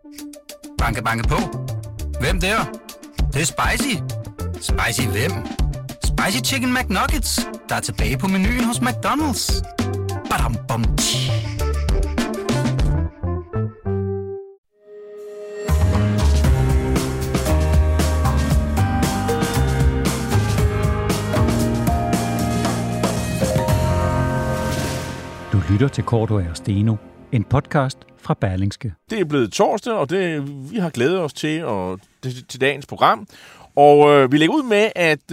Banke, banke på. Hvem der? Det er spicy. Spicy hvem? Spicy Chicken McNuggets, der er tilbage på menuen hos McDonald's. Badum, bom, tji. Du lytter til Cordua og Steno, en podcast fra Berlingske. Det er blevet torsdag, og vi har glædet os til dagens program. Og vi lægger ud med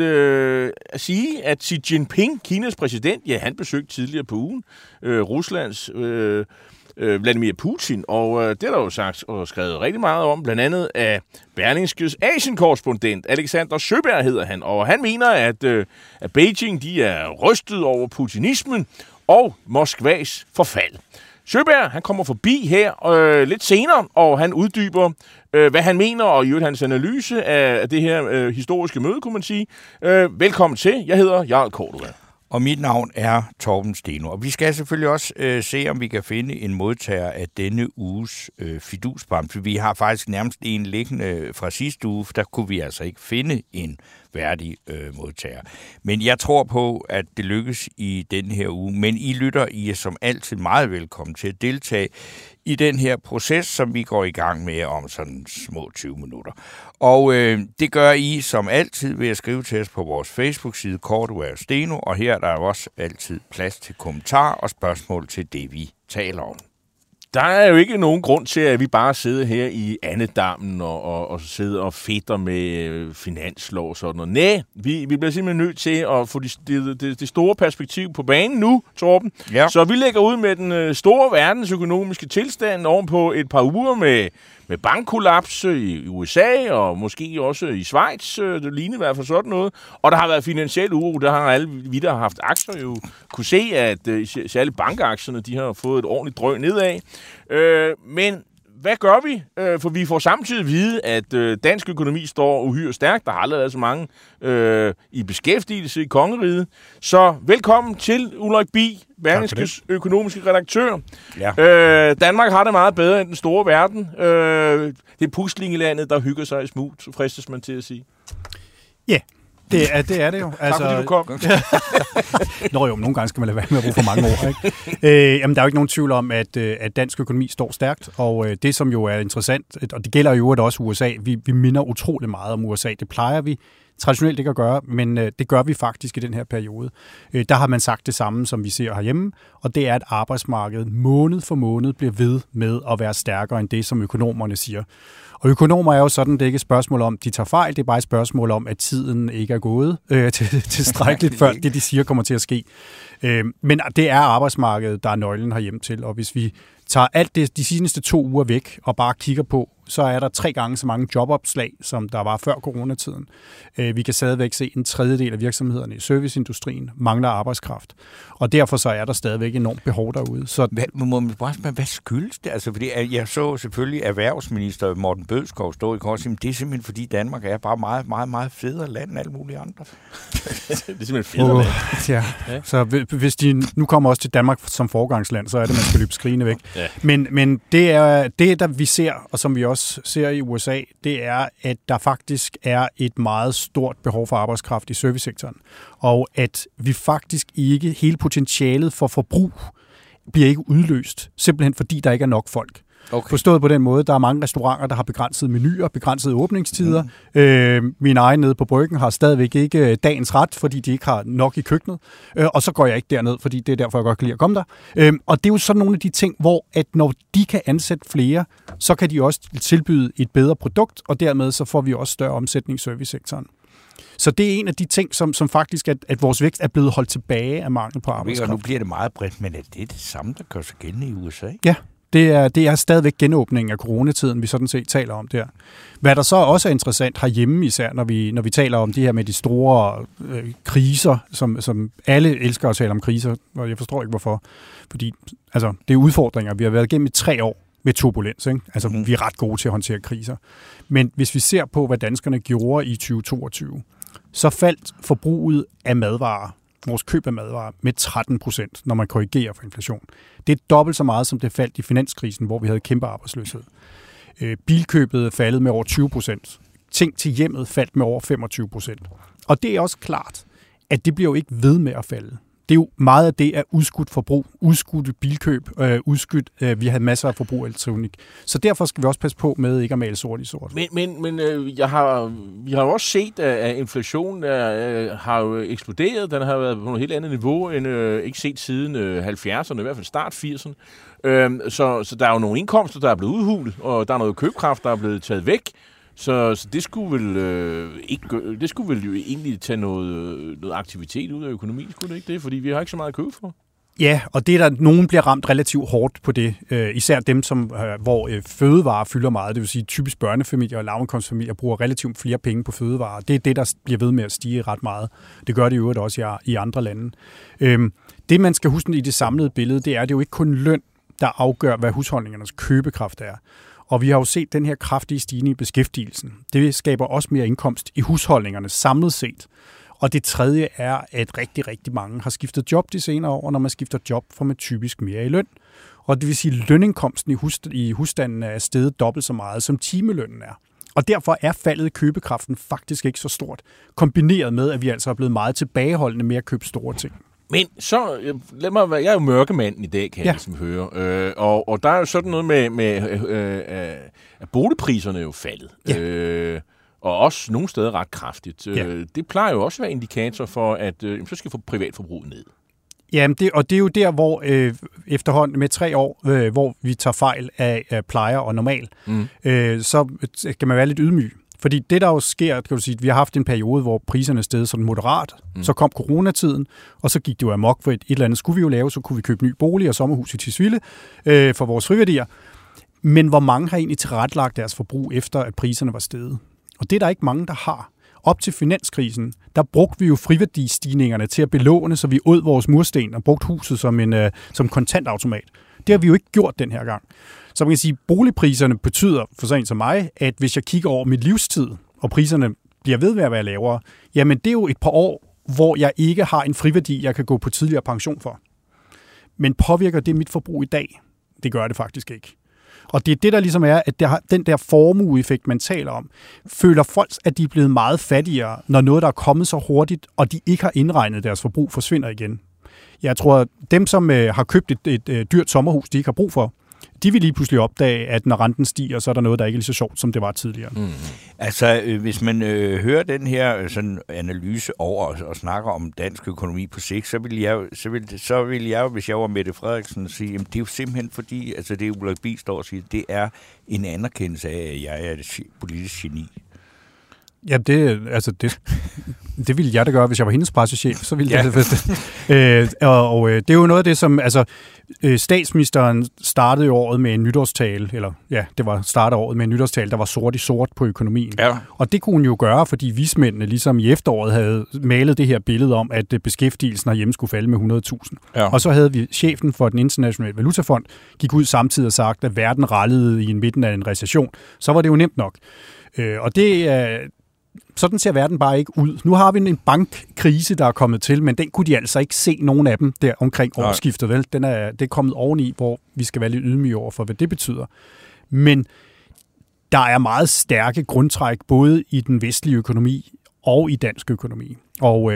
at sige, at Xi Jinping, Kinas præsident, han besøgte tidligere på ugen Ruslands Vladimir Putin. Og det er der jo sagt og skrevet rigtig meget om, blandt andet af Berlingskes Asien-korrespondent, Alexander Søberg hedder han. Og han mener, at Beijing de er rystet over putinismen og Moskvas forfald. Søberg, han kommer forbi her lidt senere, og han uddyber, hvad han mener, og i øvrigt hans analyse af det her historiske møde, kunne man sige. Velkommen til. Jeg hedder Jarl Cordua. Og mit navn er Torben Steno. Og vi skal selvfølgelig også se, om vi kan finde en modtager af denne uges fidusbamse. Vi har faktisk nærmest en liggende fra sidste uge, for der kunne vi altså ikke finde en værdig modtager. Men jeg tror på, at det lykkes i den her uge. Men I lytter, I er som altid meget velkommen til at deltage i den her proces, som vi går i gang med om sådan små 20 minutter. Og det gør I som altid ved at skrive til os på vores Facebook-side Cordua og Steno, og her er der også altid plads til kommentarer og spørgsmål til det, vi taler om. Der er jo ikke nogen grund til, at vi bare sidder her i andedammen og sidder og fedter med finanslov og sådan noget. Nej, vi bliver simpelthen nødt til at få det store perspektiv på banen nu, Torben. Ja. Så vi lægger ud med den store verdensøkonomiske tilstand ovenpå et par uger med bankkollaps i USA og måske også i Schweiz. Det ligner i hvert fald sådan noget. Og der har været finansiel uro. Der har alle vi, der har haft aktier, jo kunne se, at særligt bankaktierne de har fået et ordentligt drøg nedad. Men hvad gør vi? For vi får samtidig at vide, at dansk økonomi står uhyre stærkt. Der har aldrig været så mange i beskæftigelse i kongeriget. Så velkommen til Ulrik Bie, Berlingskes økonomiske redaktør. Ja. Danmark har det meget bedre end den store verden. Det er puslingelandet, der hygger sig i smug, fristes man til at sige. Ja. Det er det jo. Tak fordi du kom. Nå jo, nogle gange skal man lade være med at bruge for mange ord. Ikke? Jamen, der er jo ikke nogen tvivl om, at dansk økonomi står stærkt, og det som jo er interessant, og det gælder jo også USA, vi minder utrolig meget om USA. Det plejer vi traditionelt ikke at gøre, men det gør vi faktisk i den her periode. Der har man sagt det samme, som vi ser herhjemme, og det er, at arbejdsmarkedet måned for måned bliver ved med at være stærkere end det, som økonomerne siger. Og økonomer er jo sådan, det er ikke et spørgsmål om, de tager fejl, det er bare et spørgsmål om, at tiden ikke er gået tilstrækkeligt, før det, de siger, kommer til at ske. Men det er arbejdsmarkedet, der er nøglen herhjemme til, og hvis vi tager alt det de seneste 2 uger væk og bare kigger på, så er der 3 gange så mange jobopslag, som der var før coronatiden. Vi kan stadigvæk se en tredjedel af virksomhederne i serviceindustrien mangler arbejdskraft. Og derfor så er der stadigvæk enormt behov derude. Så Hvad skyldes det? Altså, fordi jeg så selvfølgelig erhvervsminister Morten Bødskov stå i kort og sige, det er simpelthen fordi Danmark er bare meget, meget, meget federe land end alle mulige andre. Det er simpelthen federe land. Ja. Så hvis de nu kommer også til Danmark som foregangsland, så er det, man skal løbe skrigende væk. Ja. Men det er det, der vi ser, og som vi også ser i USA, det er, at der faktisk er et meget stort behov for arbejdskraft i servicesektoren. Og at vi faktisk ikke, hele potentialet for forbrug bliver ikke udløst, simpelthen fordi der ikke er nok folk. Okay. Forstået på den måde, der er mange restauranter, der har begrænsede menuer, begrænsede åbningstider. Min egen nede på Bryggen har stadigvæk ikke dagens ret, fordi de ikke har nok i køkkenet. Og så går jeg ikke derned, fordi det er derfor, jeg godt kan lide at komme der. Og det er jo sådan nogle af de ting, hvor at når de kan ansætte flere, så kan de også tilbyde et bedre produkt, og dermed så får vi også større omsætning i servicesektoren. Så det er en af de ting, som faktisk, at vores vækst er blevet holdt tilbage af mangel på arbejdskraft. Nu bliver det meget bredt, men er det samme, der gør sig gældende i USA? Ja. Det er stadigvæk genåbningen af coronatiden, vi sådan set taler om der. Hvad der så også er interessant herhjemme, især når vi taler om det her med de store kriser, som alle elsker at tale om kriser, og jeg forstår ikke hvorfor. Fordi altså, det er udfordringer. Vi har været igennem i 3 år med turbulens. Ikke? Altså, vi er ret gode til at håndtere kriser. Men hvis vi ser på, hvad danskerne gjorde i 2022, så faldt forbruget af madvarer, vores køb af madvarer, med 13%, når man korrigerer for inflation. Det er dobbelt så meget, som det faldt i finanskrisen, hvor vi havde kæmpe arbejdsløshed. Bilkøbet er faldet med over 20%. Ting til hjemmet faldt med over 25%. Og det er også klart, at det bliver jo ikke ved med at falde. Det er jo meget af det er udskudt forbrug, udskudte bilkøb, vi har masser af forbrug af elektronik. Så derfor skal vi også passe på med ikke at male sort i sort. Men vi har jo også set, at inflationen har jo eksploderet. Den har været på et helt andet niveau end ikke set siden 70'erne, i hvert fald start 80'erne. Så der er jo nogle indkomster, der er blevet udhulet, og der er noget købekraft, der er blevet taget væk. Så det skulle vel jo egentlig tage noget aktivitet ud af økonomien, skulle det ikke det? Fordi vi har ikke så meget at købe for. Ja, og det er der, nogen bliver ramt relativt hårdt på det. Især dem, hvor fødevarer fylder meget. Det vil sige, typisk børnefamilier og lavindkomstfamilier bruger relativt flere penge på fødevarer. Det er det, der bliver ved med at stige ret meget. Det gør det jo også i andre lande. Det, man skal huske i det samlede billede, det er jo ikke kun løn, der afgør, hvad husholdningernes købekraft er. Og vi har jo set den her kraftige stigning i beskæftigelsen. Det skaber også mere indkomst i husholdningerne samlet set. Og det tredje er, at rigtig, rigtig mange har skiftet job de senere år, og når man skifter job, får man typisk mere i løn. Og det vil sige, at lønindkomsten i husstanden er steget dobbelt så meget, som timelønnen er. Og derfor er faldet i købekraften faktisk ikke så stort, kombineret med, at vi altså er blevet meget tilbageholdende med at købe store ting. Men så, jeg er jo mørkemanden i dag, kan jeg ligesom høre. Og der er jo sådan noget med at boligpriserne er jo faldet. Ja. Og også nogle steder ret kraftigt. Ja. Det plejer jo også at være indikator for, at så skal vi få privatforbruget ned. Jamen, det er jo der, hvor efterhånden med 3 år, hvor vi tager fejl af plejer og normal, så skal man være lidt ydmyg. Fordi det, der jo sker, kan du sige, vi har haft en periode, hvor priserne steg sådan moderat. Så kom coronatiden, og så gik det jo amok, for et eller andet skulle vi jo lave, så kunne vi købe ny bolig og sommerhus i Tisvilde for vores friværdier. Men hvor mange har egentlig tilrettelagt deres forbrug efter, at priserne var steget? Og det er der ikke mange, der har. Op til finanskrisen, der brugte vi jo friværdistigningerne til at belåne, så vi åd vores mursten og brugte huset som kontantautomat. Det har vi jo ikke gjort den her gang. Så man kan sige, at boligpriserne betyder for sådan en som mig, at hvis jeg kigger over mit livstid, og priserne bliver ved med at være lavere, jamen det er jo et par år, hvor jeg ikke har en friværdi, jeg kan gå på tidligere pension for. Men påvirker det mit forbrug i dag? Det gør det faktisk ikke. Og det er det, der ligesom er, at den der formueeffekt, man taler om, føler folk, at de er blevet meget fattigere, når noget, der er kommet så hurtigt, og de ikke har indregnet deres forbrug, forsvinder igen. Jeg tror, at dem, som har købt et dyrt sommerhus, de ikke har brug for, de vil lige pludselig opdage, at når renten stiger, så er der noget, der ikke er lige så sjovt, som det var tidligere. Altså, hvis man hører den her sådan analyse over og snakker om dansk økonomi på sigt, så vil jeg, hvis jeg var Mette Frederiksen, sige, at det er jo simpelthen fordi, altså det Ulrik Bie står og siger, det er en anerkendelse af, at jeg er et politisk geni. Ja, det ville jeg da gøre, hvis jeg var hendes pressechef, så ville jeg det. Og det er jo noget af det, som statsministeren startede året med en nytårstale, det var starteåret med en nytårstale, der var sort i sort på økonomien. Ja. Og det kunne hun jo gøre, fordi vismændene ligesom i efteråret havde malet det her billede om, at beskæftigelsen herhjemme skulle falde med 100.000. Ja. Og så havde vi chefen for den internationale valutafond, gik ud samtidig og sagt, at verden rallede i midten af en recession. Så var det jo nemt nok. Og det sådan ser verden bare ikke ud. Nu har vi en bankkrise, der er kommet til, men den kunne de altså ikke se nogen af dem der omkring årsskiftet. Vel? Det er kommet oveni, hvor vi skal være lidt ydmyge over for, hvad det betyder. Men der er meget stærke grundtræk, både i den vestlige økonomi og i dansk økonomi. Og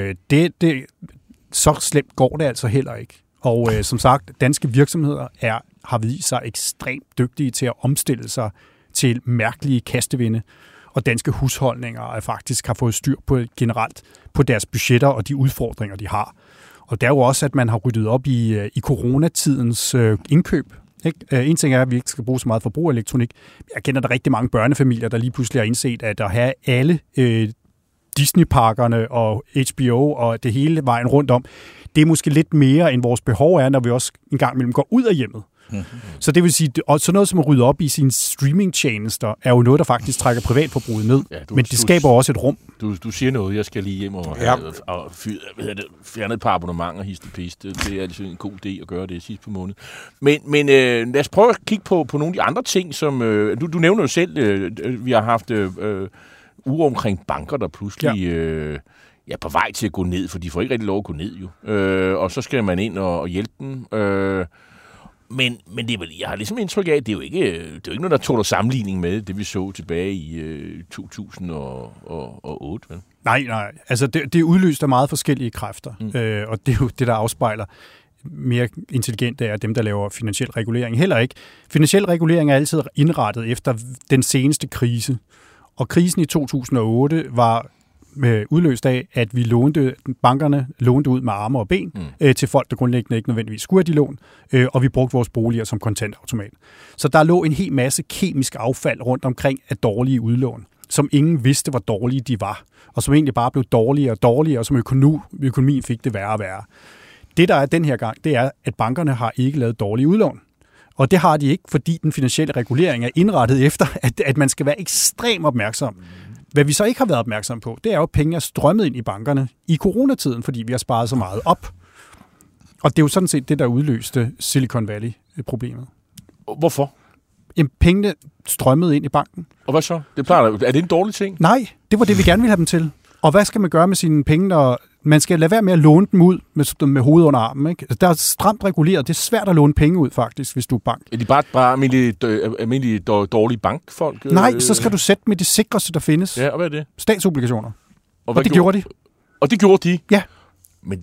så slemt går det altså heller ikke. Og som sagt, danske virksomheder har vist sig ekstremt dygtige til at omstille sig til mærkelige kastevinde. Og danske husholdninger faktisk har fået styr på generelt på deres budgetter og de udfordringer, de har. Og der er jo også, at man har ryddet op i coronatidens indkøb. Ikke? En ting er, at vi ikke skal bruge så meget forbrug af elektronik. Jeg kender der rigtig mange børnefamilier, der lige pludselig har indset, at at have alle Disney-parkerne og HBO og det hele vejen rundt om, det er måske lidt mere, end vores behov er, når vi også en gang imellem går ud af hjemmet. Så det vil sige, at sådan noget som at rydde op i sine streamingtjenester, er jo noget, der faktisk trækker privatforbruget ned. Ja, men det skaber også et rum. Du siger noget, jeg skal lige hjem og fjerne et par abonnementer, hist og pist. Det er altså en god idé at gøre det sidst på måneden. Men lad os prøve at kigge på nogle af de andre ting, som... Du nævner jo selv, vi har haft uro omkring banker, der pludselig... er på vej til at gå ned, for de får ikke rigtig lov at gå ned jo. Og så skal man ind og hjælpe dem. Men det er vel, jeg har ligesom indtryk af, at det er jo ikke noget, der tåler sammenligning med det, vi så tilbage i 2008. Vel? Nej. Altså, det er udløst af meget forskellige kræfter, og det er jo det, der afspejler mere intelligent er dem, der laver finansiel regulering. Heller ikke. Finansiel regulering er altid indrettet efter den seneste krise, og krisen i 2008 var udløst af, at bankerne lånte ud med arme og ben til folk, der grundlæggende ikke nødvendigvis skulle have de lån, og vi brugte vores boliger som kontantautomat. Så der lå en hel masse kemisk affald rundt omkring af dårlige udlån, som ingen vidste, hvor dårlige de var, og som egentlig bare blev dårligere og dårligere, og som økonomien fik det værre og værre. Det, der er den her gang, det er, at bankerne har ikke lavet dårlige udlån. Og det har de ikke, fordi den finansielle regulering er indrettet efter, at man skal være ekstremt opmærksom. Hvad vi så ikke har været opmærksom på, det er jo, at penge er strømmet ind i bankerne i coronatiden, fordi vi har sparet så meget op. Og det er jo sådan set det, der udløste Silicon Valley-problemet. Hvorfor? Pengene strømmede ind i banken. Og hvad så? Er det en dårlig ting? Nej, det var det, vi gerne ville have dem til. Og hvad skal man gøre med sine penge, når man skal lade være med at låne dem ud med hovedet under armen, ikke? Der er stramt reguleret. Det er svært at låne penge ud, faktisk, hvis du er bank. Er de bare almindelige dårlige bankfolk? Nej, så skal du sætte med det sikreste, der findes. Ja, og hvad er det? Statsobligationer. Og det gjorde de. Og det gjorde de? Ja. Men,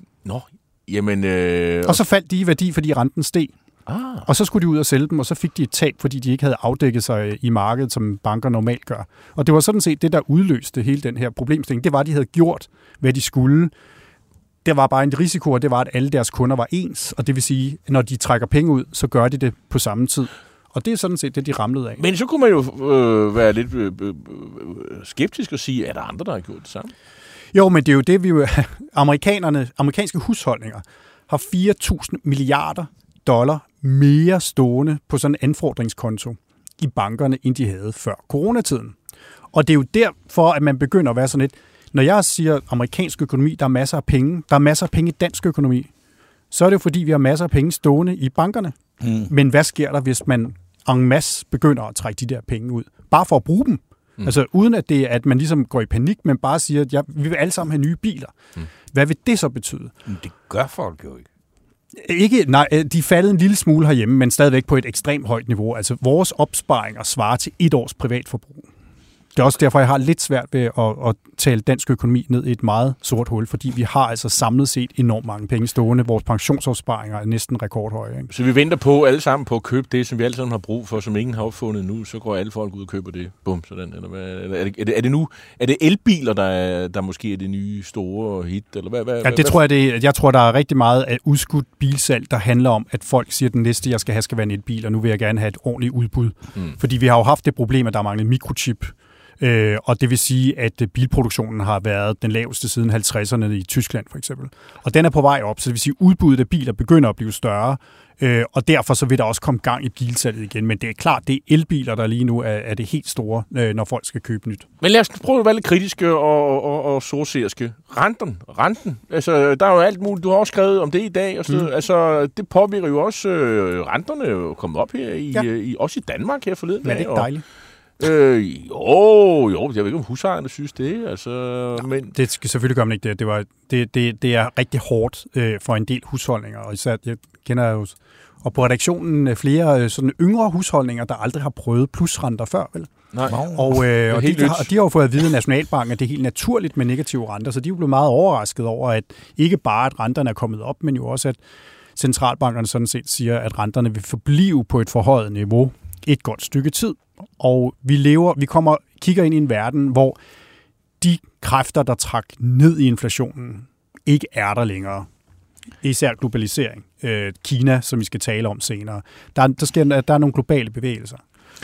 jamen... Og så faldt de i værdi, fordi renten steg. Og så skulle de ud og sælge dem, og så fik de et tab, fordi de ikke havde afdækket sig i markedet, som banker normalt gør. Og det var sådan set det, der udløste hele den her problemstilling. Det var, at de havde gjort, hvad de skulle. Der var bare en risiko, og det var, at alle deres kunder var ens. Og det vil sige, at når de trækker penge ud, så gør de det på samme tid. Og det er sådan set det, de ramlede af. Men så kunne man jo være lidt skeptisk og sige, er der andre, der har gjort det samme? Jo, men det er jo det, vi jo... Amerikanske husholdninger har 4.000 milliarder dollar mere stående på sådan en anfordringskonto i bankerne, end de havde før coronatiden. Og det er jo derfor, at man begynder at være sådan lidt, når jeg siger amerikansk økonomi, der er masser af penge, der er masser af penge i dansk økonomi, så er det jo fordi, vi har masser af penge stående i bankerne. Men hvad sker der, hvis man en masse begynder at trække de der penge ud? Bare for at bruge dem. Altså uden at det at man ligesom går i panik, men bare siger, at vi vil alle sammen have nye biler. Hvad vil det så betyde? Men det gør folk jo ikke. Nej, de faldet en lille smule herhjemme, men stadigvæk på et ekstremt højt niveau. Altså, vores opsparinger svarer til 1 års privatforbrug. Det er også derfor, jeg har lidt svært ved at tale dansk økonomi ned i et meget sort hul, fordi vi har altså samlet set enormt mange penge stående. Vores pensionsopsparinger er næsten rekordhøje. Ikke? Så vi venter på alle sammen på at købe det, som vi alle sammen har brug for, som ingen har opfundet nu, så går alle folk ud og køber det. Bum, sådan. Eller hvad? Er det elbiler, der måske er det nye store hit? Eller hvad? Ja, det tror jeg, det er. Jeg tror, der er rigtig meget af udskudt bilsalg, der handler om, at folk siger, at den næste, jeg skal have, skal være en elbil, og nu vil jeg gerne have et ordentligt udbud. Fordi vi har jo haft det problem, at der mangler mikrochip. Og det vil sige, at bilproduktionen har været den laveste siden 50'erne i Tyskland for eksempel. Og den er på vej op, så det vil sige, at udbuddet af biler begynder at blive større, og derfor så vil der også komme gang i bilsalget igen. Men det er klart, det er elbiler, der lige nu er det helt store, når folk skal købe nyt. Men lad os prøve at være lidt kritiske og sorcerske. Renten. Altså, der er jo alt muligt. Du har også skrevet om det i dag. Og så, altså, det påvirker jo også renterne jo kommet op her, også i Danmark her forleden. Men det er ikke dejligt. Jo, jeg ved ikke, om husejerne synes det. Altså, men det skal selvfølgelig gøre man ikke det. Det er rigtig hårdt for en del husholdninger, og især, jeg kender jo, og på redaktionen flere sådan yngre husholdninger, der aldrig har prøvet plusrenter før, vel? Nej. Og de har jo fået at vide, at Nationalbanken, at det er helt naturligt med negative renter, så de er jo blevet meget overrasket over, at ikke bare, at renterne er kommet op, men jo også, at centralbankerne sådan set siger, at renterne vil forblive på et forhøjet niveau et godt stykke tid. Og vi kigger ind i en verden, hvor de kræfter, der trak ned i inflationen, ikke er der længere. Især globalisering. Kina, som vi skal tale om senere. Der er nogle globale bevægelser.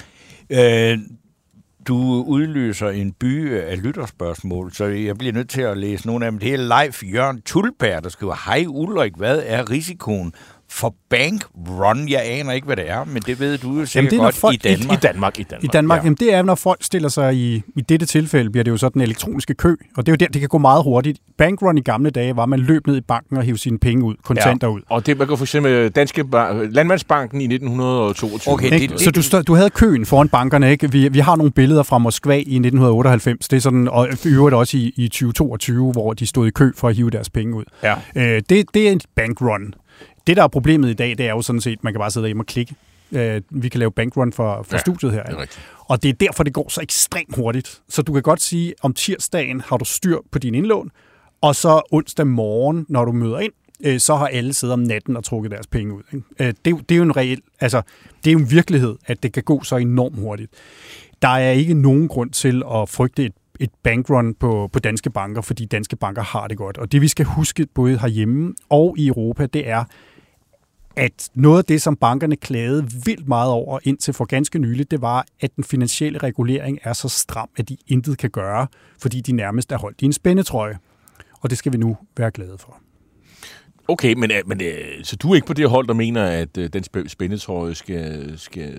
Du udløser en by af lytterspørgsmål, så jeg bliver nødt til at læse nogle af dem. Det er Leif Jørgen Tulberg, der skriver: Hej Ulrik, hvad er risikoen for bankrun? Jeg aner ikke, hvad det er, men det ved du jo sikkert godt i Danmark. I Danmark, jamen det er, når folk stiller sig i dette tilfælde, bliver det jo så den elektroniske kø, og det er jo der, det kan gå meget hurtigt. Bankrun i gamle dage var, man løb ned i banken og hævde sine penge ud, kontanter ud. Og det man kan for eksempel Landmandsbanken i 1922. Okay, så du havde køen foran bankerne, ikke? Vi har nogle billeder fra Moskva i 1998, det er sådan, og i øvrigt også i 2022, hvor de stod i kø for at hive deres penge ud. Ja. Det er en bankrun. Det, der er problemet i dag, det er jo sådan set, at man kan bare sidde hjemme og klikke. Vi kan lave bankrun for studiet her. Det er og det er derfor, det går så ekstremt hurtigt. Så du kan godt sige, om tirsdagen har du styr på din indlån, og så onsdag morgen, når du møder ind, så har alle siddet om natten og trukket deres penge ud. Ikke? Det er jo en reel, altså, det er jo en virkelighed, at det kan gå så enormt hurtigt. Der er ikke nogen grund til at frygte et bankrun på danske banker, fordi danske banker har det godt. Og det, vi skal huske både herhjemme og i Europa, det er, at noget af det, som bankerne klagede vildt meget over indtil for ganske nyligt, det var, at den finansielle regulering er så stram, at de intet kan gøre, fordi de nærmest er holdt i en spændetrøje. Og det skal vi nu være glade for. Okay, men så du er ikke på det hold, der mener, at den spændetrøje skal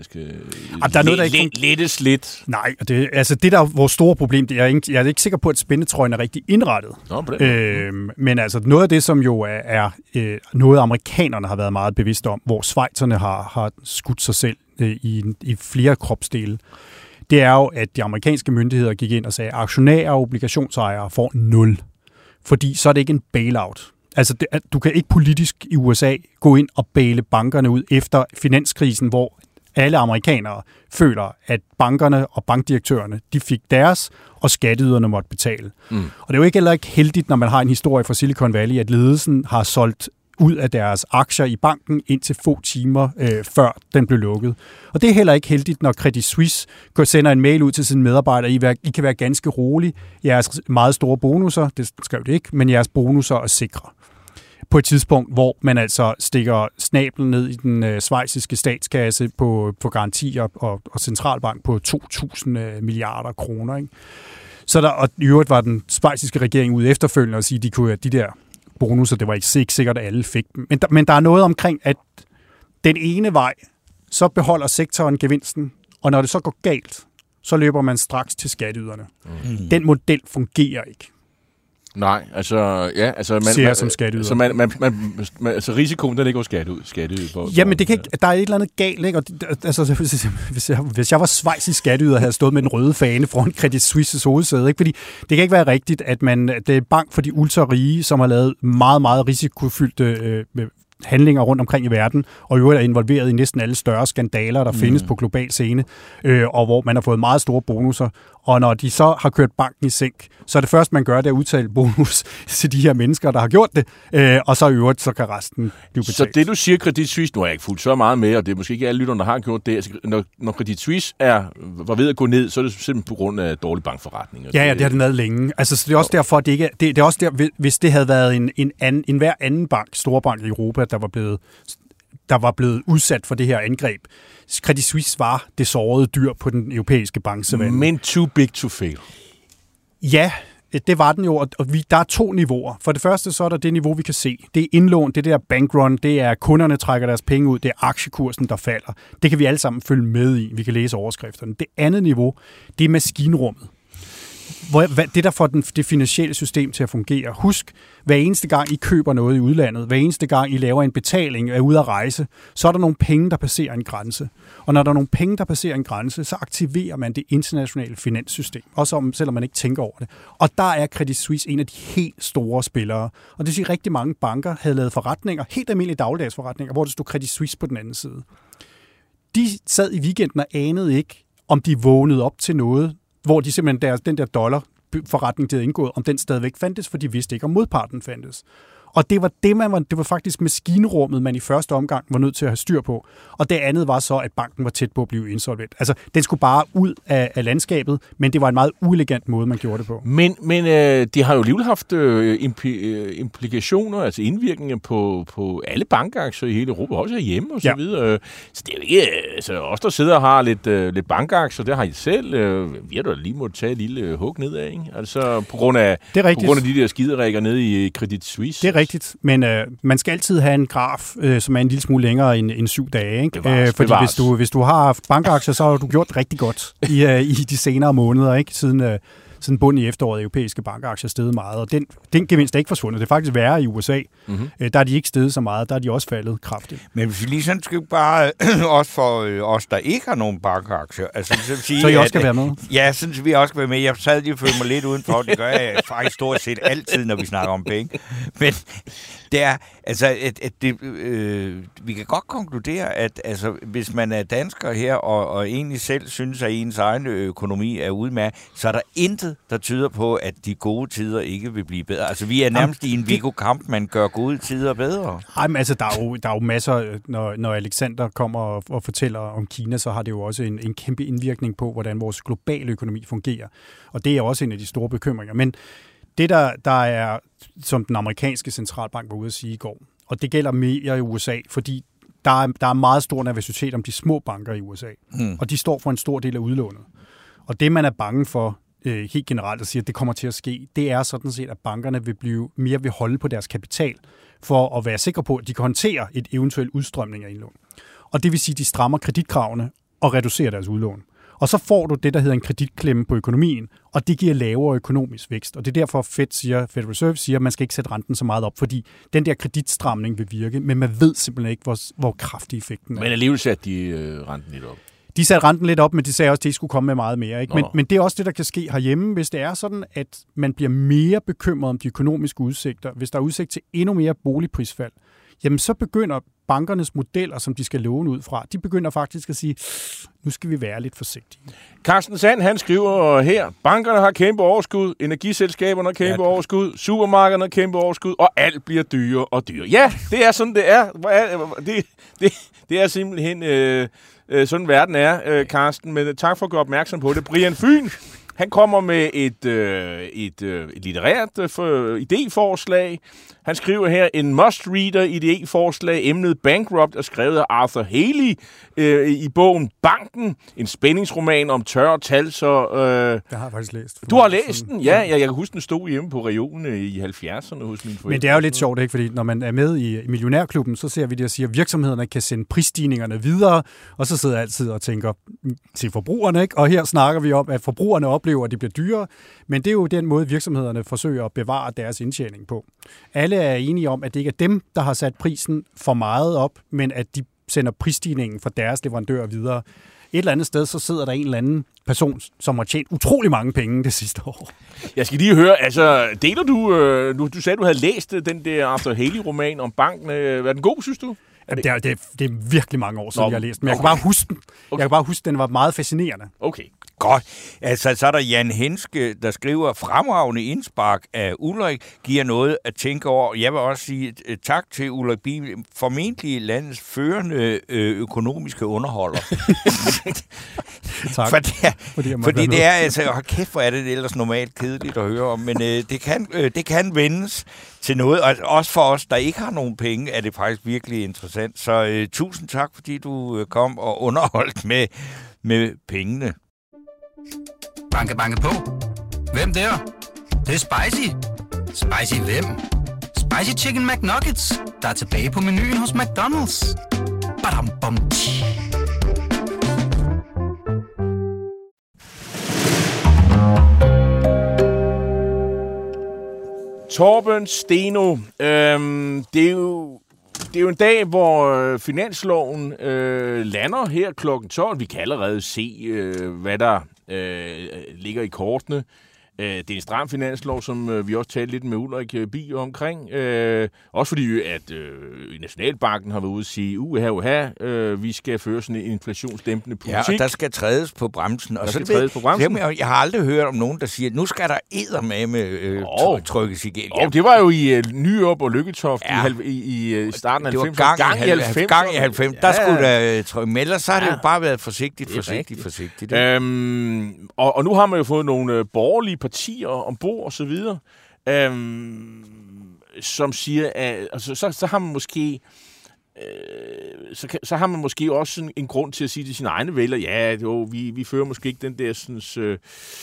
lettes lidt? Nej, det der er vores store problem. Jeg er ikke sikker på, at spændetrøjen er rigtig indrettet. Men altså noget af det, som jo er noget, amerikanerne har været meget bevidste om, hvor schweizerne har skudt sig selv i flere kropsdele, det er jo, at de amerikanske myndigheder gik ind og sagde, at aktionærer og obligationsejere får 0. Fordi så er det ikke en bailout. Altså, du kan ikke politisk i USA gå ind og baile bankerne ud efter finanskrisen, hvor alle amerikanere føler, at bankerne og bankdirektørerne, de fik deres, og skatteyderne måtte betale. Og det er jo heller ikke heldigt, når man har en historie fra Silicon Valley, at ledelsen har solgt ud af deres aktier i banken indtil få timer før den blev lukket. Og det er heller ikke heldigt, når Credit Suisse sender en mail ud til sine medarbejdere. I kan være ganske rolige. Jeres meget store bonusser, det skrev det ikke, men jeres bonusser er sikre. På et tidspunkt, hvor man altså stikker snablen ned i den schweiziske statskasse på garantier og centralbank på 2.000 milliarder kroner. Ikke? Og i øvrigt var den schweiziske regering ude efterfølgende og sige, at de der bonusser, det var ikke sikkert, at alle fik dem. Men der er noget omkring, at den ene vej, så beholder sektoren gevinsten, og når det så går galt, så løber man straks til skatteyderne. Den model fungerer ikke. Nej, som skatteyder. Så risikoen, der ligger hos skatteyder. Jamen, det kan ikke, der er et eller andet galt, ikke? Og hvis jeg var schweizisk skatteyder, havde jeg stået med en røde fane foran Credit Suisses hovedsæde, ikke? Fordi det kan ikke være rigtigt, at det er en bank for de ultra-rige, som har lavet meget, meget risikofyldte handlinger rundt omkring i verden, og i øvrigt er involveret i næsten alle større skandaler, der findes på global scene, og hvor man har fået meget store bonusser. Og når de så har kørt banken i sænk, så er det først, man gør det at udtale bonus til de her mennesker, der har gjort det, og så i øvrigt, så kan resten blive betalt. Så det, du siger, Credit Suisse, nu har jeg ikke fulgt så meget med, og det er måske ikke alle lytterne, der har gjort det. Altså, når Credit Suisse var ved at gå ned, så er det simpelthen på grund af dårlig bankforretning. Ja, det har den været længe. Altså, så det er også derfor, at det er også der, hvis det havde været en hver anden bank, storbank i Europa, der var blevet udsat for det her angreb. Credit Suisse var det sårede dyr på den europæiske banksavanne. Men too big to fail. Ja, det var den jo, og der er 2 niveauer. For det første, så er der det niveau, vi kan se. Det er indlån, det der bankrun, det er kunderne trækker deres penge ud, det er aktiekursen, der falder. Det kan vi alle sammen følge med i. Vi kan læse overskrifterne. Det andet niveau, det er maskinrummet. Det, der får det finansielle system til at fungere. Husk, hver eneste gang I køber noget i udlandet, hver eneste gang I laver en betaling, er ude at rejse, så er der nogle penge, der passerer en grænse. Og når der er nogle penge, der passerer en grænse, så aktiverer man det internationale finanssystem, også selvom man ikke tænker over det. Og der er Credit Suisse en af de helt store spillere. Og det vil sige, at rigtig mange banker havde lavet forretninger, helt almindelige dagligdagsforretninger, hvor det stod Credit Suisse på den anden side. De sad i weekenden og anede ikke, om de vågnede op til noget, hvor de simpelthen den der dollarforretning, de havde indgået, om den stadigvæk fandtes, for de vidste ikke, om modparten fandtes. Og det var faktisk maskinrummet, man i første omgang var nødt til at have styr på. Og det andet var så, at banken var tæt på at blive insolvent. Altså, den skulle bare ud af landskabet, men det var en meget uelegant måde, man gjorde det på. Men de har jo alligevel haft implikationer, altså indvirkninger på alle bankaktier i hele Europa, også hjemme og så videre. Så det er jo ikke, altså os, der sidder og har lidt bankaktier, det har I selv. Vi har da lige måtte tage et lille hug nedad, ikke? Altså på grund af de der skiderækker nede i Credit Suisse. Det er rigtigt, men man skal altid have en graf, som er en lille smule længere end 7 dage. Ikke? Fordi hvis du har haft bankaktier, så har du gjort det rigtig godt i de senere måneder, ikke? siden bunden i efteråret europæiske bankaktier steget meget, og den gevinst er ikke forsvundet. Det er faktisk værre i USA. Der er de ikke steget så meget, der er de også faldet kraftigt. Men hvis vi lige sådan skal bare, også for os, der ikke har nogen bankaktier, altså sige, så I også skal være med? Ja, synes vi også skal være med. Jeg sad lige og følte mig lidt udenfor. Det gør jeg faktisk stort set altid, når vi snakker om penge. Men det er, altså, vi kan godt konkludere, at altså, hvis man er dansker her, og egentlig selv synes, at ens egen økonomi er udmærket, så er der intet, der tyder på, at de gode tider ikke vil blive bedre. Altså, vi er nærmest i en Viggo-kamp, man gør gode tider bedre. Ej, men altså, der er jo masser, når Alexander kommer og fortæller om Kina, så har det jo også en kæmpe indvirkning på, hvordan vores globale økonomi fungerer. Og det er også en af de store bekymringer. Men det, der er, som den amerikanske centralbank var ude at sige i går, og det gælder mere i USA, fordi der er meget stor nervøsitet om de små banker i USA, og de står for en stor del af udlånet. Og det, man er bange for, helt generelt at sige, at det kommer til at ske, det er sådan set, at bankerne vil holde på deres kapital, for at være sikre på, at de kan håndtere et eventuelt udstrømning af indlån. Og det vil sige, at de strammer kreditkravene og reducerer deres udlån. Og så får du det, der hedder en kreditklemme på økonomien, og det giver lavere økonomisk vækst. Og det er derfor, Federal Reserve siger, at man skal ikke sætte renten så meget op, fordi den der kreditstramning vil virke, men man ved simpelthen ikke, hvor kraftig effekten er. Men alligevel satte de renten lidt op. De satte renten lidt op, men de sagde også, at de skulle komme med meget mere. Ikke? Men det er også det, der kan ske herhjemme, hvis det er sådan, at man bliver mere bekymret om de økonomiske udsigter. Hvis der er udsigt til endnu mere boligprisfald, jamen så begynder bankernes modeller, som de skal låne ud fra, de begynder faktisk at sige, nu skal vi være lidt forsigtige. Carsten Sand, han skriver her, bankerne har kæmpe overskud, energiselskaberne har kæmpe overskud, supermarkederne har kæmpe overskud, og alt bliver dyrere og dyrere. Ja, det er sådan, det er. Det er simpelthen sådan verden er, Carsten, men tak for at gøre opmærksom på det. Brian Fyn, han kommer med et litterært idéforslag. Han skriver her, en must-reader idéforslag, emnet Bankrupt, er skrevet af Arthur Haley i bogen Banken, en spændingsroman om tørre tal. Så, det har jeg faktisk læst. Du har læst den? Ja, jeg kan huske, den stod hjemme på regionen i 70'erne hos mine forældre. Men det er jo lidt sjovt, ikke? Fordi når man er med i Millionærklubben, så ser vi det og siger, at virksomhederne kan sende prisstigningerne videre, og så sidder jeg altid og tænker til forbrugerne, ikke? Og her snakker vi om, at forbrugerne oplever, at det bliver dyrere, men det er jo den måde, virksomhederne forsøger at bevare deres indtjening på. Alle er enige om, at det ikke er dem, der har sat prisen for meget op, men at de sender prisstigningen fra deres leverandører videre. Et eller andet sted, så sidder der en eller anden person, som har tjent utrolig mange penge det sidste år. Jeg skal lige høre, altså, deler du sagde, du havde læst den der Arthur Haley-roman om banken. Var den god, synes du? Det er virkelig mange år siden, jeg har læst den, men jeg kan bare huske den. Jeg kan bare huske, den var meget fascinerende. Okay. Godt. Altså, så er der Jan Henske, der skriver, fremragende indspark af Ulrik giver noget at tænke over. Jeg vil også sige tak til Ulrik Bibel, formentlig landets førende økonomiske underholder. Tak. Fordi det er, altså, hold kæft, hvor er det ellers normalt kedeligt at høre om, men det kan vendes til noget, og også for os, der ikke har nogen penge, er det faktisk virkelig interessant. Så tusind tak, fordi du kom og underholdt med pengene. Banke, banke på. Hvem der? Det er spicy. Spicy hvem? Spicy Chicken McNuggets, der er tilbage på menuen hos McDonald's. Badum, bom, tji. Torben Steno, det er jo en dag, hvor finansloven lander her kl. 12. Vi kan allerede se, hvad der ligger i kortene. Det er en stram finanslov, som vi også talte lidt med Ulrik Bie omkring. Også fordi, at Nationalbanken har været ude at sige, vi skal føre sådan en inflationsdæmpende politik. Ja, og der skal trædes på bremsen. Jeg har aldrig hørt om nogen, der siger, at nu skal der eddermame trykkes igennem. Det var jo i Nyrup og Lykketoft i starten af 90'erne. Gang i 90'erne. Der skulle der trykke. Men ellers så har det jo bare været forsigtigt. Og nu har man jo fået nogle borgerlige partier ombord og så videre, som siger, at altså, så har man måske så har man måske også en grund til at sige til sine egne vælgere, vi fører måske ikke den der sådan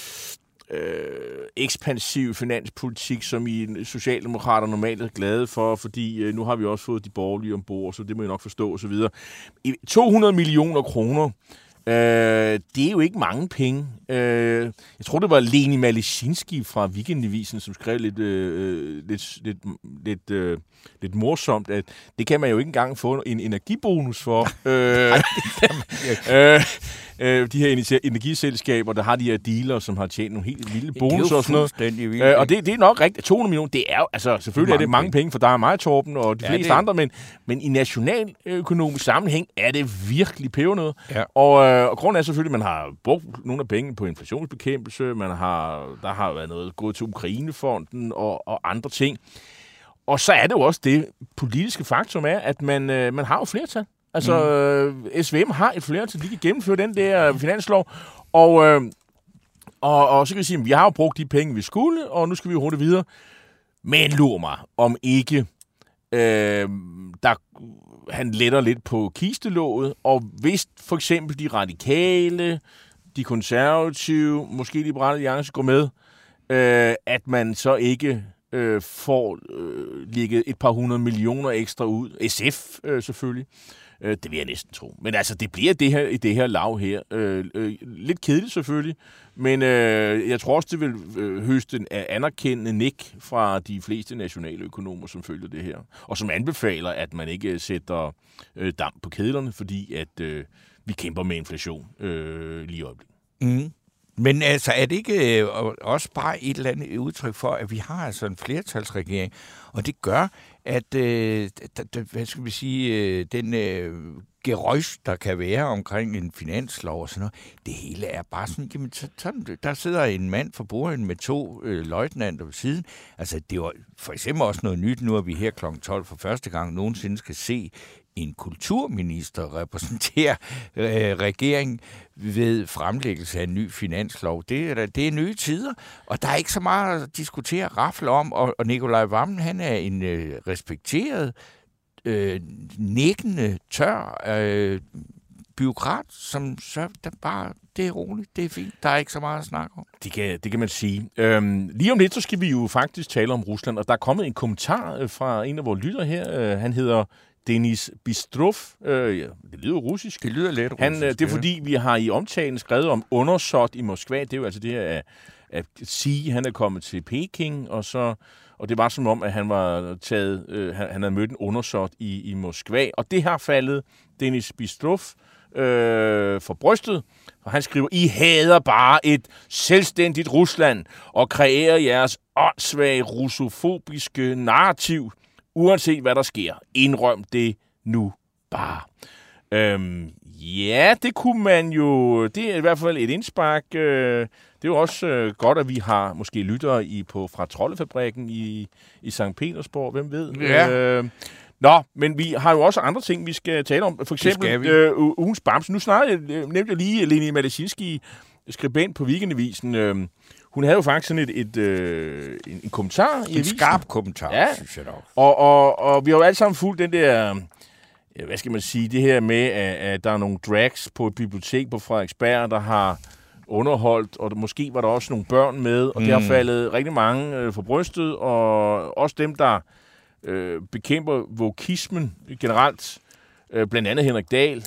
ekspansiv finanspolitik, som I socialdemokrater normalt er glade for, fordi nu har vi også fået de borgerlige ombord, så det må I nok forstå og så videre. 200 millioner kroner Det er jo ikke mange penge. Jeg tror, det var Leni Malesinski fra Weekendavisen, som skrev lidt morsomt, at det kan man jo ikke engang få en energibonus for. De her energiselskaber, der har de her dealer, som har tjent nogle helt vilde bonus og sådan noget. Og det er nok rigtigt. 200 millioner, det er jo, altså selvfølgelig er det mange penge, for der er mig, Torben, og de fleste andre, men i nationaløkonomisk sammenhæng er det virkelig pebernød. Ja. Og grunden er selvfølgelig, at man har brugt nogle af pengene på inflationsbekæmpelse, der har været noget gået til Ukrainefonden og andre ting. Og så er det jo også det politiske faktum er, at man har jo flertal. Altså, SVM har et flertal, de kan gennemføre den der finanslov, og så kan vi sige, at vi har jo brugt de penge, vi skulle, og nu skal vi jo hurtigt videre. Men lur mig, om ikke han letter lidt på kistelåget, og hvis for eksempel de radikale, de konservative, måske Liberale Alliance går med, at man så ikke får ligget et par 100 millioner ekstra ud. SF selvfølgelig. Det vil jeg næsten tro. Men altså, det bliver det her lav her. Lidt kedeligt selvfølgelig, men jeg tror også, det vil høste en anerkendende nik fra de fleste nationale økonomer, som følger det her. Og som anbefaler, at man ikke sætter damp på kedlerne, fordi at vi kæmper med inflation lige i øjeblikket. Mm. Men altså, er det ikke også bare et eller andet udtryk for, at vi har altså en flertalsregering, og det gør, at hvad skal vi sige, den gerøjs, der kan være omkring en finanslov og sådan noget, det hele er bare sådan, jamen, der sidder en mand for bordenden med 2 løjtnanter på siden. Altså, det var for eksempel også noget nyt nu, at vi her kl. 12 for første gang nogensinde skal se en kulturminister repræsenterer regeringen ved fremlæggelse af en ny finanslov. Det er nye tider, og der er ikke så meget at diskutere rafle om, og Nikolaj Wammen, han er en respekteret, nikkende, tør bureaukrat, som så bare, det er roligt, det er fint, der er ikke så meget at snakke om. Det kan man sige. Lige om lidt, så skal vi jo faktisk tale om Rusland, og der er kommet en kommentar fra en af vores lyttere her. Han hedder Denis Bistrov. Det lyder russisk. Det lyder lidt russisk. Det er fordi, vi har i omtalen skrevet om undersåt i Moskva. Det er jo altså det her, at sige, han er kommet til Peking, og det var som om, at han var han havde mødt en undersåt i Moskva. Og det har faldet Denis Bistrov for brystet. Og han skriver, I hader bare et selvstændigt Rusland og kreerer jeres åndssvage russofobiske narrativ. Uanset hvad der sker, indrøm det nu bare. Ja, det kunne man jo. Det er i hvert fald et indspark. Det er jo også godt, at vi har måske lyttere fra Troldefabrikken i Sankt Petersborg. Hvem ved? Ja. Men vi har jo også andre ting, vi skal tale om. For eksempel ugens Bamse. Nu nævnte jeg lige Leni Malesinski, skribent på Weekendavisen. Hun havde jo faktisk sådan en kommentar i avisen. En skarp kommentar, ja. Synes jeg dog. Og vi har jo alle sammen fulgt den der, hvad skal man sige, det her med, at der er nogle drags på et bibliotek på Frederiksberg, der har underholdt, og måske var der også nogle børn med, og det har faldet rigtig mange for brystet, og også dem, der bekæmper vokismen generelt, blandt andet Henrik Dahl.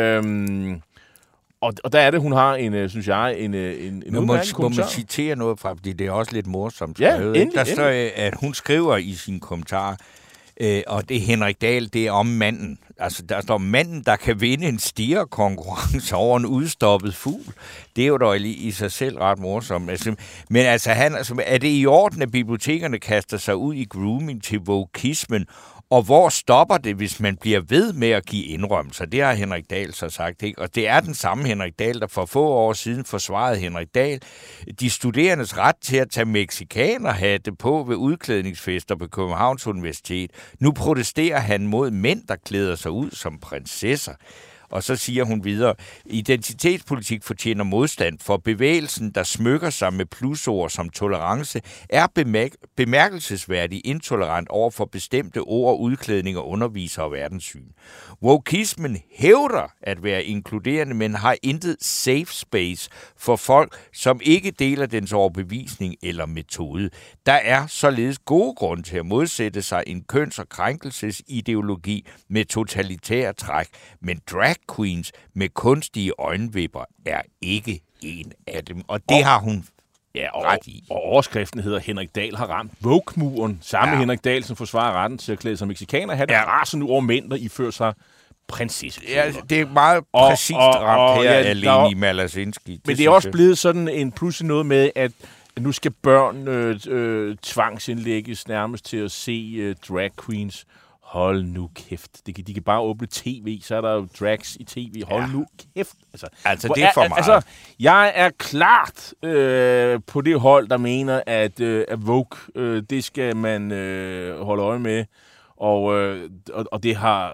Og der er det, hun har en, synes jeg, en udmærket kommentar. Må man citere noget fra, fordi det er også lidt morsomt skrevet. Ja, endelig. Der står, at hun skriver i sin kommentar, og det er Henrik Dahl, det er om manden. Altså, der står manden, der kan vinde en stierkonkurrence over en udstoppet fugl. Det er jo dog i sig selv ret morsomt. Men altså, er det i orden, at bibliotekerne kaster sig ud i grooming til vokismen? Og hvor stopper det, hvis man bliver ved med at give indrømmelser? Det har Henrik Dahl så sagt, ikke? Og det er den samme Henrik Dahl, der for få år siden forsvarede Henrik Dahl de studerendes ret til at tage mexikanerhatte på ved udklædningsfester på Københavns Universitet. Nu protesterer han mod mænd, der klæder sig ud som prinsesser. Og så siger hun videre, identitetspolitik fortjener modstand, for bevægelsen, der smykker sig med plusord som tolerance, er bemærkelsesværdig intolerant over for bestemte ord, udklædning og underviser og verdenssyn. Wokismen hævder at være inkluderende, men har intet safe space for folk, som ikke deler dens overbevisning eller metode. Der er således gode grunde til at modsætte sig en køns- og krænkelsesideologi med totalitære træk, men drag queens med kunstige øjenvipper er ikke en af dem. Og det har hun ret i. Og overskriften hedder, Henrik Dahl har ramt woke-muren. Samme Henrik Dahl, som forsvarer retten til at klæde sig mexikaner. Han raser nu over mænd, der ifører sig prinsessekjoler. Ja, det er meget præcist ramt her af Leni Malasinski. Men det er også blevet sådan en pludselig noget med, at nu skal børn tvangsindlægges nærmest til at se drag queens. Hold nu kæft. De kan bare åbne tv, så er der jo drags i tv. Hold nu kæft. Altså det er for meget. Altså, jeg er klart på det hold, der mener, at Vogue, det skal man holde øje med. Og det har...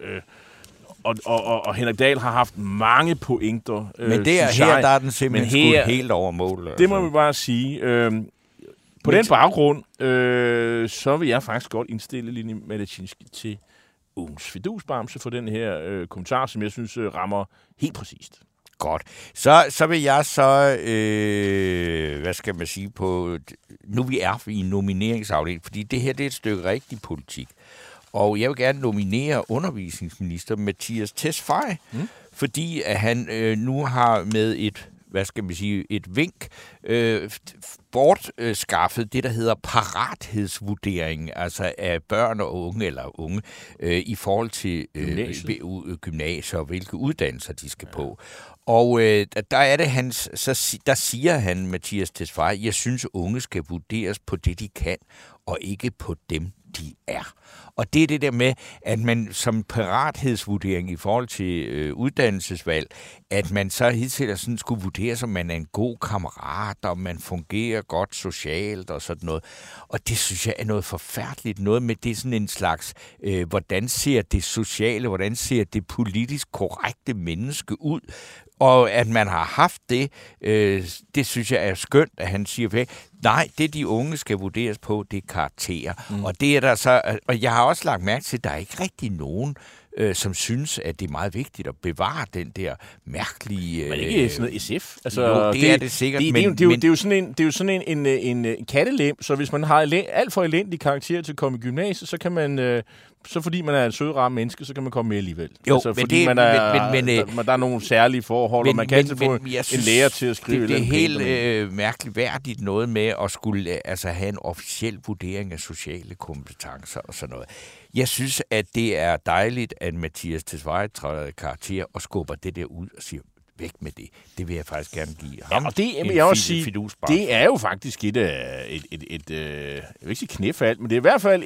Og Henrik Dahl har haft mange pointer. Men det er her, der er den simpelthen skudt helt over mål. Altså. Det må vi bare sige. På den baggrund, så vil jeg faktisk godt indstille Leni Malasinski til ugens fidusbamse for den her kommentar, som jeg synes rammer helt præcist. Godt. Så vil jeg hvad skal man sige, nu vi er i nomineringsafdelingen, fordi det her det er et stykke rigtig politik. Og jeg vil gerne nominere undervisningsminister Mattias Tesfaye, fordi at han nu har med et vink bortskaffet det, der hedder parathedsvurdering, altså af børn og unge, i forhold til gymnasier og hvilke uddannelser de skal på. Og der er det der siger han, Mattias Tesfaye, jeg synes, unge skal vurderes på det, de kan, og ikke på dem, de er. Og det er det der med, at man som parathedsvurdering i forhold til uddannelsesvalg, at man så hidtil sådan skulle vurdere, om man er en god kammerat, og man fungerer godt socialt og sådan noget. Og det synes jeg er noget forfærdeligt. Noget med det sådan en slags, hvordan ser det sociale, hvordan ser det politisk korrekte menneske ud? Og at man har haft det, det synes jeg er skønt, at han siger, nej, det de unge skal vurderes på, det er karakterer. Og det er der så, og jeg har også lagt mærke til, at der er ikke rigtig nogen, som synes, at det er meget vigtigt at bevare den der mærkelige... Men ikke sådan noget SF? Altså, jo, det er det sikkert, det er jo sådan en kattelem, så hvis man har alt for elendige karakterer til at komme i gymnasiet, så kan man... Så fordi man er en sød, rar menneske, så kan man komme med alligevel. Jo, altså, fordi der er nogle særlige forhold, og man kan altid få en lærer til at skrive. Det er helt mærkeværdigt noget med at skulle have en officiel vurdering af sociale kompetencer og sådan noget. Jeg synes, at det er dejligt, at Mattias Tesfaye træder karakter og skubber det der ud og siger, væk med det. Det vil jeg faktisk gerne give ham. Ja, og det vil jeg også sige, det er jo faktisk et jeg vil ikke sige knæfald, men det er i hvert fald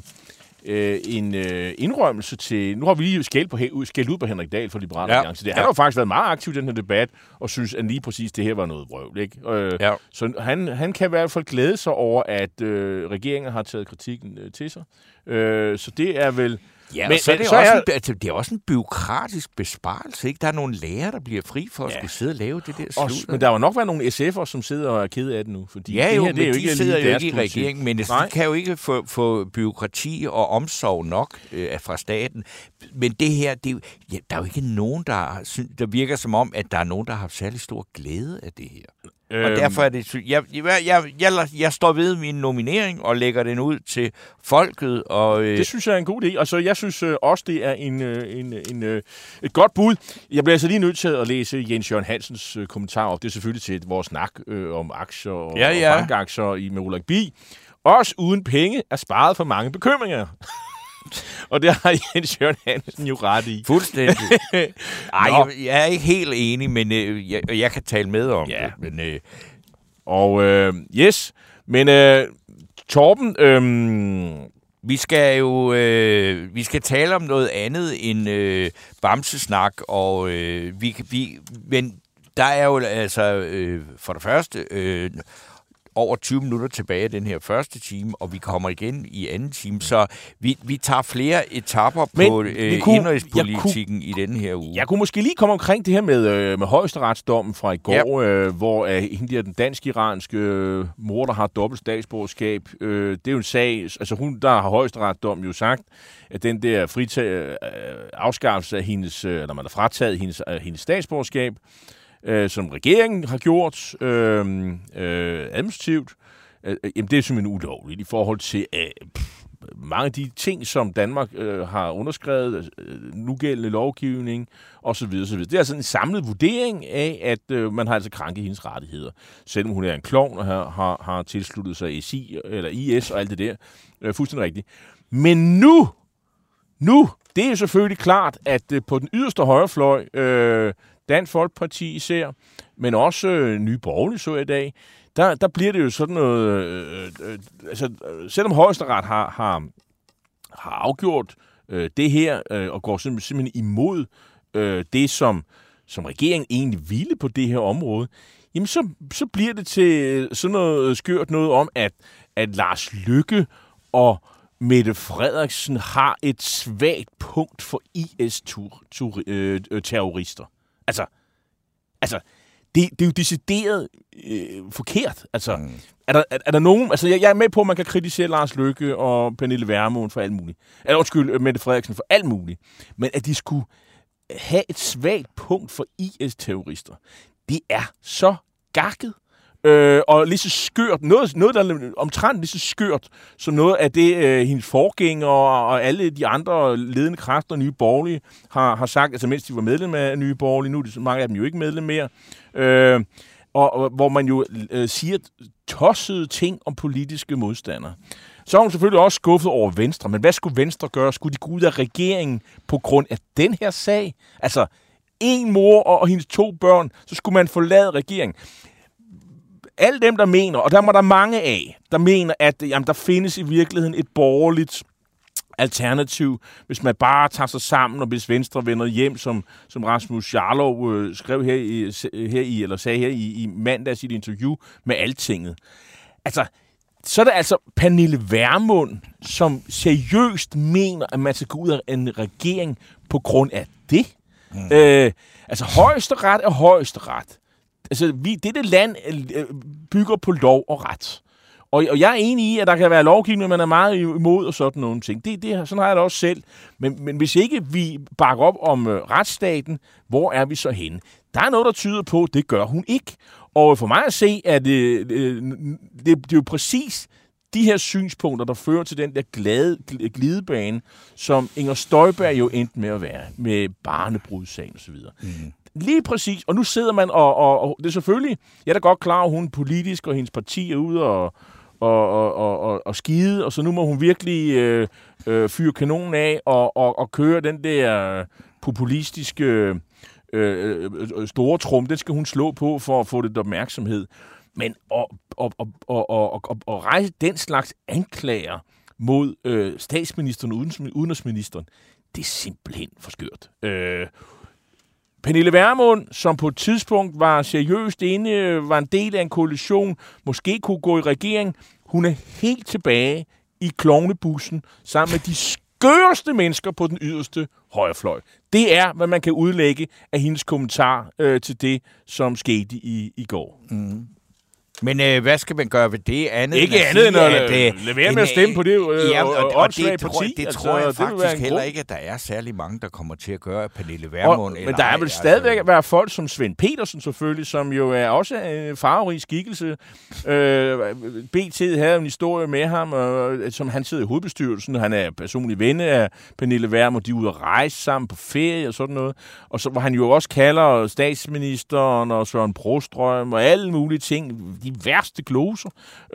en indrømmelse til... Nu har vi lige skældt ud på Henrik Dahl fra Liberal Alliance. Han har jo faktisk været meget aktiv i den her debat, og synes, at lige præcis det her var noget vrøvl. Ikke? Så han kan i hvert fald glæde sig over, at regeringen har taget kritikken til sig. Så det er vel... Ja, men så er det er også en bureaukratisk besparelse, ikke? Der er nogle lærere, der bliver fri for at skulle sidde og lave det der slut. Men der vil nok være nogle SF'er, som sidder og er kede af det nu. Fordi ja, det her, det er jo de sidder jo ikke i regeringen, men de kan jo ikke få byråkrati og omsorg nok fra staten. Men det her, der er jo ikke nogen, der virker som om, at der er nogen, der har haft særlig stor glæde af det her. Og derfor er det... Jeg står ved min nominering og lægger den ud til folket. Og, det synes jeg er en god idé. Altså, jeg synes også, det er et godt bud. Jeg bliver altså lige nødt til at læse Jens Jørgen Hansens kommentar op. Det er selvfølgelig til vores snak om aktier og bankaktier med Ulrik Bie. Også uden penge er sparet for mange bekymringer. Og det har Jens Jørgen Hansen jo ret i. Fuldstændig. Jeg er ikke helt enig, men jeg kan tale med om det. Men, men Torben... Vi skal tale om noget andet end bamsesnak, og men der er jo altså for det første... over 20 minutter tilbage i den her første time, og vi kommer igen i anden time, så vi tager flere etapper på indrigspolitikken i denne her uge. Jeg kunne måske lige komme omkring det her med højesteretsdommen fra i går, hvor hende der, den dansk-iranske mor, der har dobbelt statsborgerskab, det er jo en sag, altså hun, der har højesteretsdommen jo sagt, at den der afskaffelse af hendes, eller man har frataget hendes statsborgerskab, som regeringen har gjort administrativt, jamen det er simpelthen ulovligt i forhold til mange af de ting, som Danmark har underskrevet, nugældende lovgivning osv. osv. Det er altså en samlet vurdering af, at man har altså krænket hendes rettigheder. Selvom hun er en klovn og har tilsluttet sig SI eller IS og alt det der. Fuldstændig rigtigt. Men nu, det er jo selvfølgelig klart, at på den yderste højrefløj, Dansk Folkeparti især, men også Nye Borgerlige så i dag, der bliver det jo sådan noget... selvom Højesteret har afgjort det her, og går simpelthen imod det, som regeringen egentlig ville på det her område, jamen så bliver det til sådan noget skørt noget om, at Lars Løkke og Mette Frederiksen har et svagt punkt for IS-terrorister. Altså, det er jo decideret forkert. Altså, er der nogen... Altså, jeg er med på, at man kan kritisere Lars Løkke og Pernille Vermund for alt muligt. Mette Frederiksen for alt muligt. Men at de skulle have et svagt punkt for IS-terrorister, det er så gakket. Og lige så skørt, noget der er omtrent lige så skørt, som noget af det, hendes forgængere og alle de andre ledende kræfter, Nye Borgerlige, har sagt, altså mens de var medlem af Nye Borgerlige, nu er de, mange af dem jo ikke medlem mere, og hvor man jo siger tossede ting om politiske modstandere. Så har hun selvfølgelig også skuffet over Venstre, men hvad skulle Venstre gøre? Skulle de gå ud af regeringen på grund af den her sag? Altså, en mor og hendes 2 børn, så skulle man forlade regeringen. Alle dem, der mener, og der må der mange af, der mener, at jamen, der findes i virkeligheden et borgerligt alternativ, hvis man bare tager sig sammen, og hvis Venstre vender hjem, som Rasmus Jarlov skrev sagde her i mandags i et interview med Altinget. Altså, så er det altså Pernille Vermund, som seriøst mener, at man skal gå ud af en regering på grund af det. Altså, højesteret er højesteret. Altså, dette land bygger på lov og ret. Og jeg er enig i, at der kan være lovgivning, man er meget imod og sådan nogle ting. Sådan har jeg det også selv. Men hvis ikke vi bakker op om retsstaten, hvor er vi så henne? Der er noget, der tyder på, at det gør hun ikke. Og for mig at se, at det er jo præcis de her synspunkter, der fører til den der glidebane, som Inger Støjberg jo endte med at være, med barnebrudssagen osv. Lige præcis. Og nu sidder man, og det er selvfølgelig, jeg er da godt klar, at hun politisk og hendes parti er ude og skide, og så nu må hun virkelig fyre kanonen af og køre den der populistiske store trum. Den skal hun slå på for at få lidt opmærksomhed. Men at rejse den slags anklager mod statsministeren og udenrigsministeren, det er simpelthen for skørt. Pernille Vermund, som på et tidspunkt var seriøst inde, var en del af en koalition, måske kunne gå i regering, hun er helt tilbage i klovnebussen sammen med de skøreste mennesker på den yderste højrefløj. Det er, hvad man kan udlægge af hendes kommentar til det, som skete i går. Mm. Men hvad skal man gøre ved det andet? Ikke andet end at lade være med at stemme på det åndssvage parti. Det tror jeg faktisk heller ikke, at der er særlig mange, der kommer til at gøre Pernille Vermund. Men der er vel stadigvæk være folk som Svend Petersen selvfølgelig, som jo er også en farverig skikkelse. BT havde en historie med ham, som han sidder i hovedbestyrelsen. Han er personlig ven af Pernille Vermund. De er ude at rejse sammen på ferie og sådan noget. Og så hvor han jo også kalder statsministeren og Søren Brostrøm og alle mulige ting de værste gloser.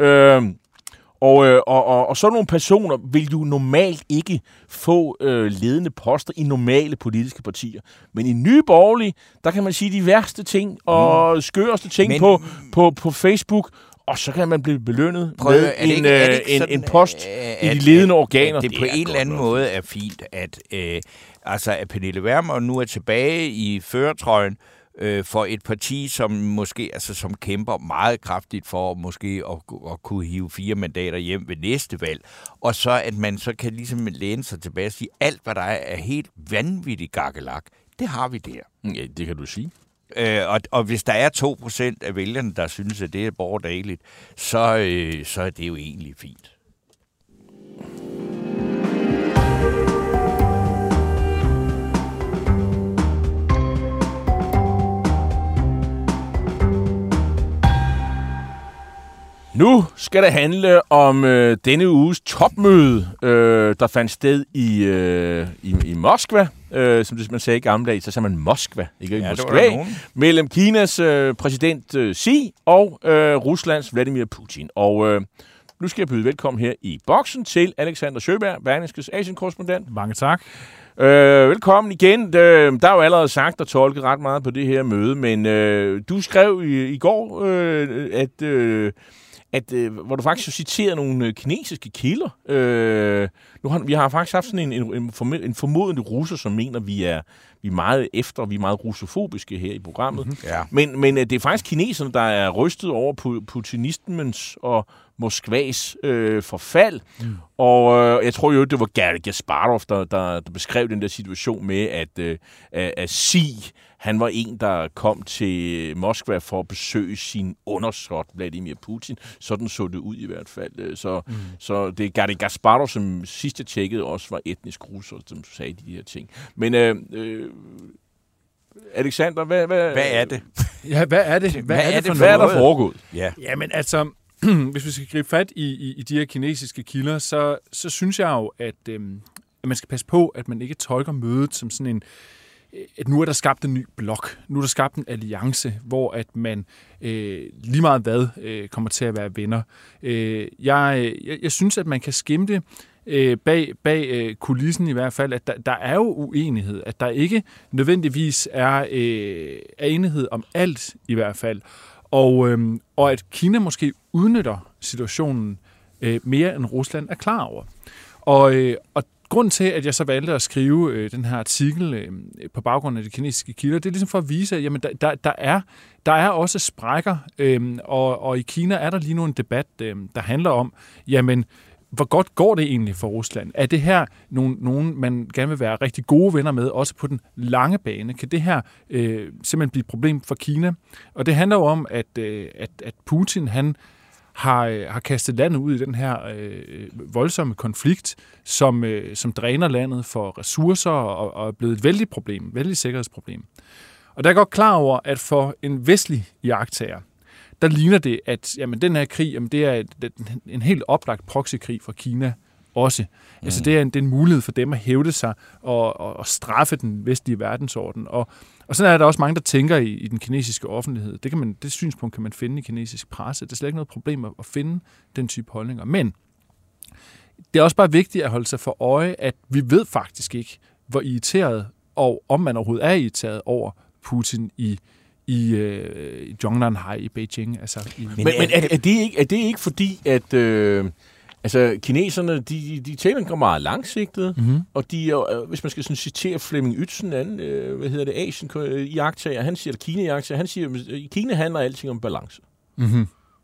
Og sådan nogle personer vil jo normalt ikke få ledende poster i normale politiske partier. Men i Nye Borgerlige, der kan man sige de værste ting og skøreste ting på Facebook, og så kan man blive belønnet med en post i de ledende organer. Det på en eller anden måde er fint, at Pernille Vermund nu er tilbage i førertrøjen for et parti, som måske som kæmper meget kraftigt for måske at kunne hive 4 mandater hjem ved næste valg, og så at man så kan ligesom læne sig tilbage og sige, alt hvad der er helt vanvittigt gakkelak, det har vi der. Ja, det kan du sige. Og hvis der er 2% af vælgerne, der synes, at det er borgerdageligt, så er det jo egentlig fint. Nu skal det handle om denne uges topmøde, der fandt sted i Moskva. Som man sagde i gamle dage, så sagde man Moskva, ikke Moskva, mellem Kinas præsident Xi og Ruslands Vladimir Putin. Og nu skal jeg byde velkommen her i boksen til Alexander Sjøberg, Berlingskes Asien-korrespondent. Mange tak. Velkommen igen. Der er jo allerede sagt og tolket ret meget på det her møde, men du skrev i går, hvor du faktisk citerer nogle kinesiske kilder. Vi har faktisk haft sådan en formodende russer, som mener, vi er meget efter, og vi er meget russofobiske her i programmet. Mm-hmm. Ja. Men det er faktisk kineserne, der er rystet over putinismens og Moskvas forfald. Mm. Og jeg tror jo, det var Garry Kasparov, der beskrev den der situation med, at Xi, han var en, der kom til Moskva for at besøge sin undersåt Vladimir Putin. Sådan så det ud i hvert fald. Så det er Garry Kasparov, som sidst jeg tjekkede, også var etnisk russer, som sagde de her ting. Men Alexander, hvad er det? Ja, hvad er det? Hvad er der foregået? Ja. Jamen altså, hvis vi skal gribe fat i de her kinesiske kilder, så synes jeg jo, at man skal passe på, at man ikke tolker mødet som sådan en, at nu er der skabt en ny blok, nu er der skabt en alliance, hvor at man lige meget hvad kommer til at være venner. Jeg synes, at man kan skimme det bag kulissen i hvert fald, at der er jo uenighed, at der ikke nødvendigvis er enighed om alt i hvert fald, og at Kina måske udnytter situationen mere end Rusland er klar over. Og grunden til, at jeg så valgte at skrive den her artikel på baggrund af de kinesiske kilder, det er ligesom for at vise, at jamen, der er også sprækker, og i Kina er der lige nu en debat, der handler om, jamen, hvor godt går det egentlig for Rusland? Er det her nogen, man gerne vil være rigtig gode venner med, også på den lange bane? Kan det her simpelthen blive et problem for Kina? Og det handler jo om, at Putin, han har kastet landet ud i den her voldsomme konflikt, som dræner landet for ressourcer og er blevet et vældig sikkerhedsproblem. Og der er godt klar over, at for en vestlig iagttager, der ligner det, at jamen, den her krig, jamen, det er en helt oplagt proxykrig for Kina også. Mm. Altså, det er en mulighed for dem at hævde sig og straffe den vestlige verdensorden. Og sådan er der også mange, der tænker i den kinesiske offentlighed. Det synspunkt kan man finde i kinesisk presse. Det er slet ikke noget problem at finde den type holdninger. Men det er også bare vigtigt at holde sig for øje, at vi ved faktisk ikke, hvor irriteret, og om man overhovedet er irriteret over Putin i Zhongnanhai i Beijing. Altså, men er det ikke fordi, at kineserne, de tænker meget langsigtet, mm-hmm. Og de, hvis man skal sådan citere Flemming Ytzen, Asien-iagttager, han siger, Kina-iagttager, han siger, at i Kina handler alting om balance. Mm-hmm.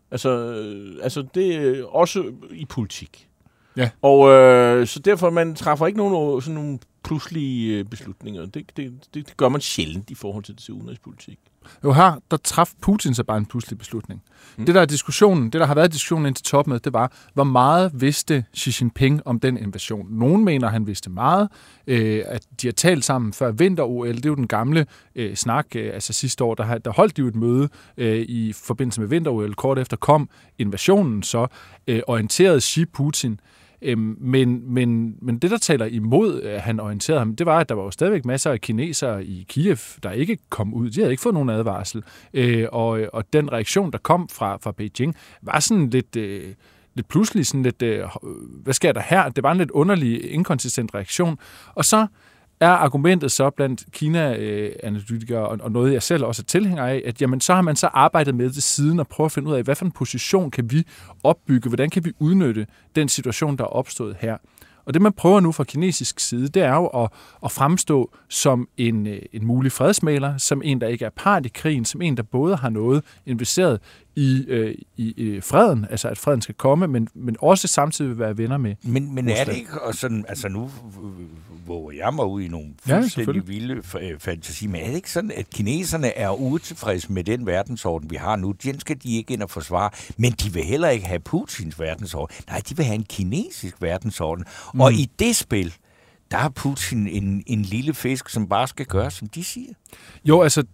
Altså det er også i politik. Ja. Og så derfor, man træffer ikke nogen sådan nogle pludselige beslutninger. Det gør man sjældent i forhold til udenrigspolitik. Jo, her, der traf Putin sig bare en pludselig beslutning. Mm. Det der har været diskussionen indtil topmødet, det var, hvor meget vidste Xi Jinping om den invasion. Nogen mener, han vidste meget, at de har talt sammen før vinter-OL. Det er jo den gamle snak, altså sidste år, der holdt de jo et møde i forbindelse med vinter-OL. Kort efter kom invasionen, så orienterede Xi Putin. Men det, der taler imod, at han orienterede ham, det var, at der var jo stadigvæk masser af kinesere i Kiev, der ikke kom ud. De havde ikke fået nogen advarsel. Og den reaktion, der kom fra Beijing, var sådan lidt pludselig, sådan lidt, hvad sker der her? Det var en lidt underlig, inkonsistent reaktion. Og så er argumentet så blandt Kina-analytikere, og noget jeg selv også er tilhænger af, at jamen, så har man så arbejdet med det siden og prøvet at finde ud af, hvad for en position kan vi opbygge, hvordan kan vi udnytte den situation, der er opstået her. Og det, man prøver nu fra kinesisk side, det er jo at fremstå som en mulig fredsmægler, som en, der ikke er part i krigen, som en, der både har noget investeret i freden, altså at freden skal komme, men også samtidig vil være venner med. Men er det ikke og sådan, altså nu hvor jeg mig ud i nogle fuldstændig vilde fantasi, men er det ikke sådan, at kineserne er utilfredse med den verdensorden, vi har nu? Den skal de ikke ind og forsvare, men de vil heller ikke have Putins verdensorden. Nej, de vil have en kinesisk verdensorden. Mm. Og i det spil, der er Putin en lille fisk, som bare skal gøre, som de siger. Jo, altså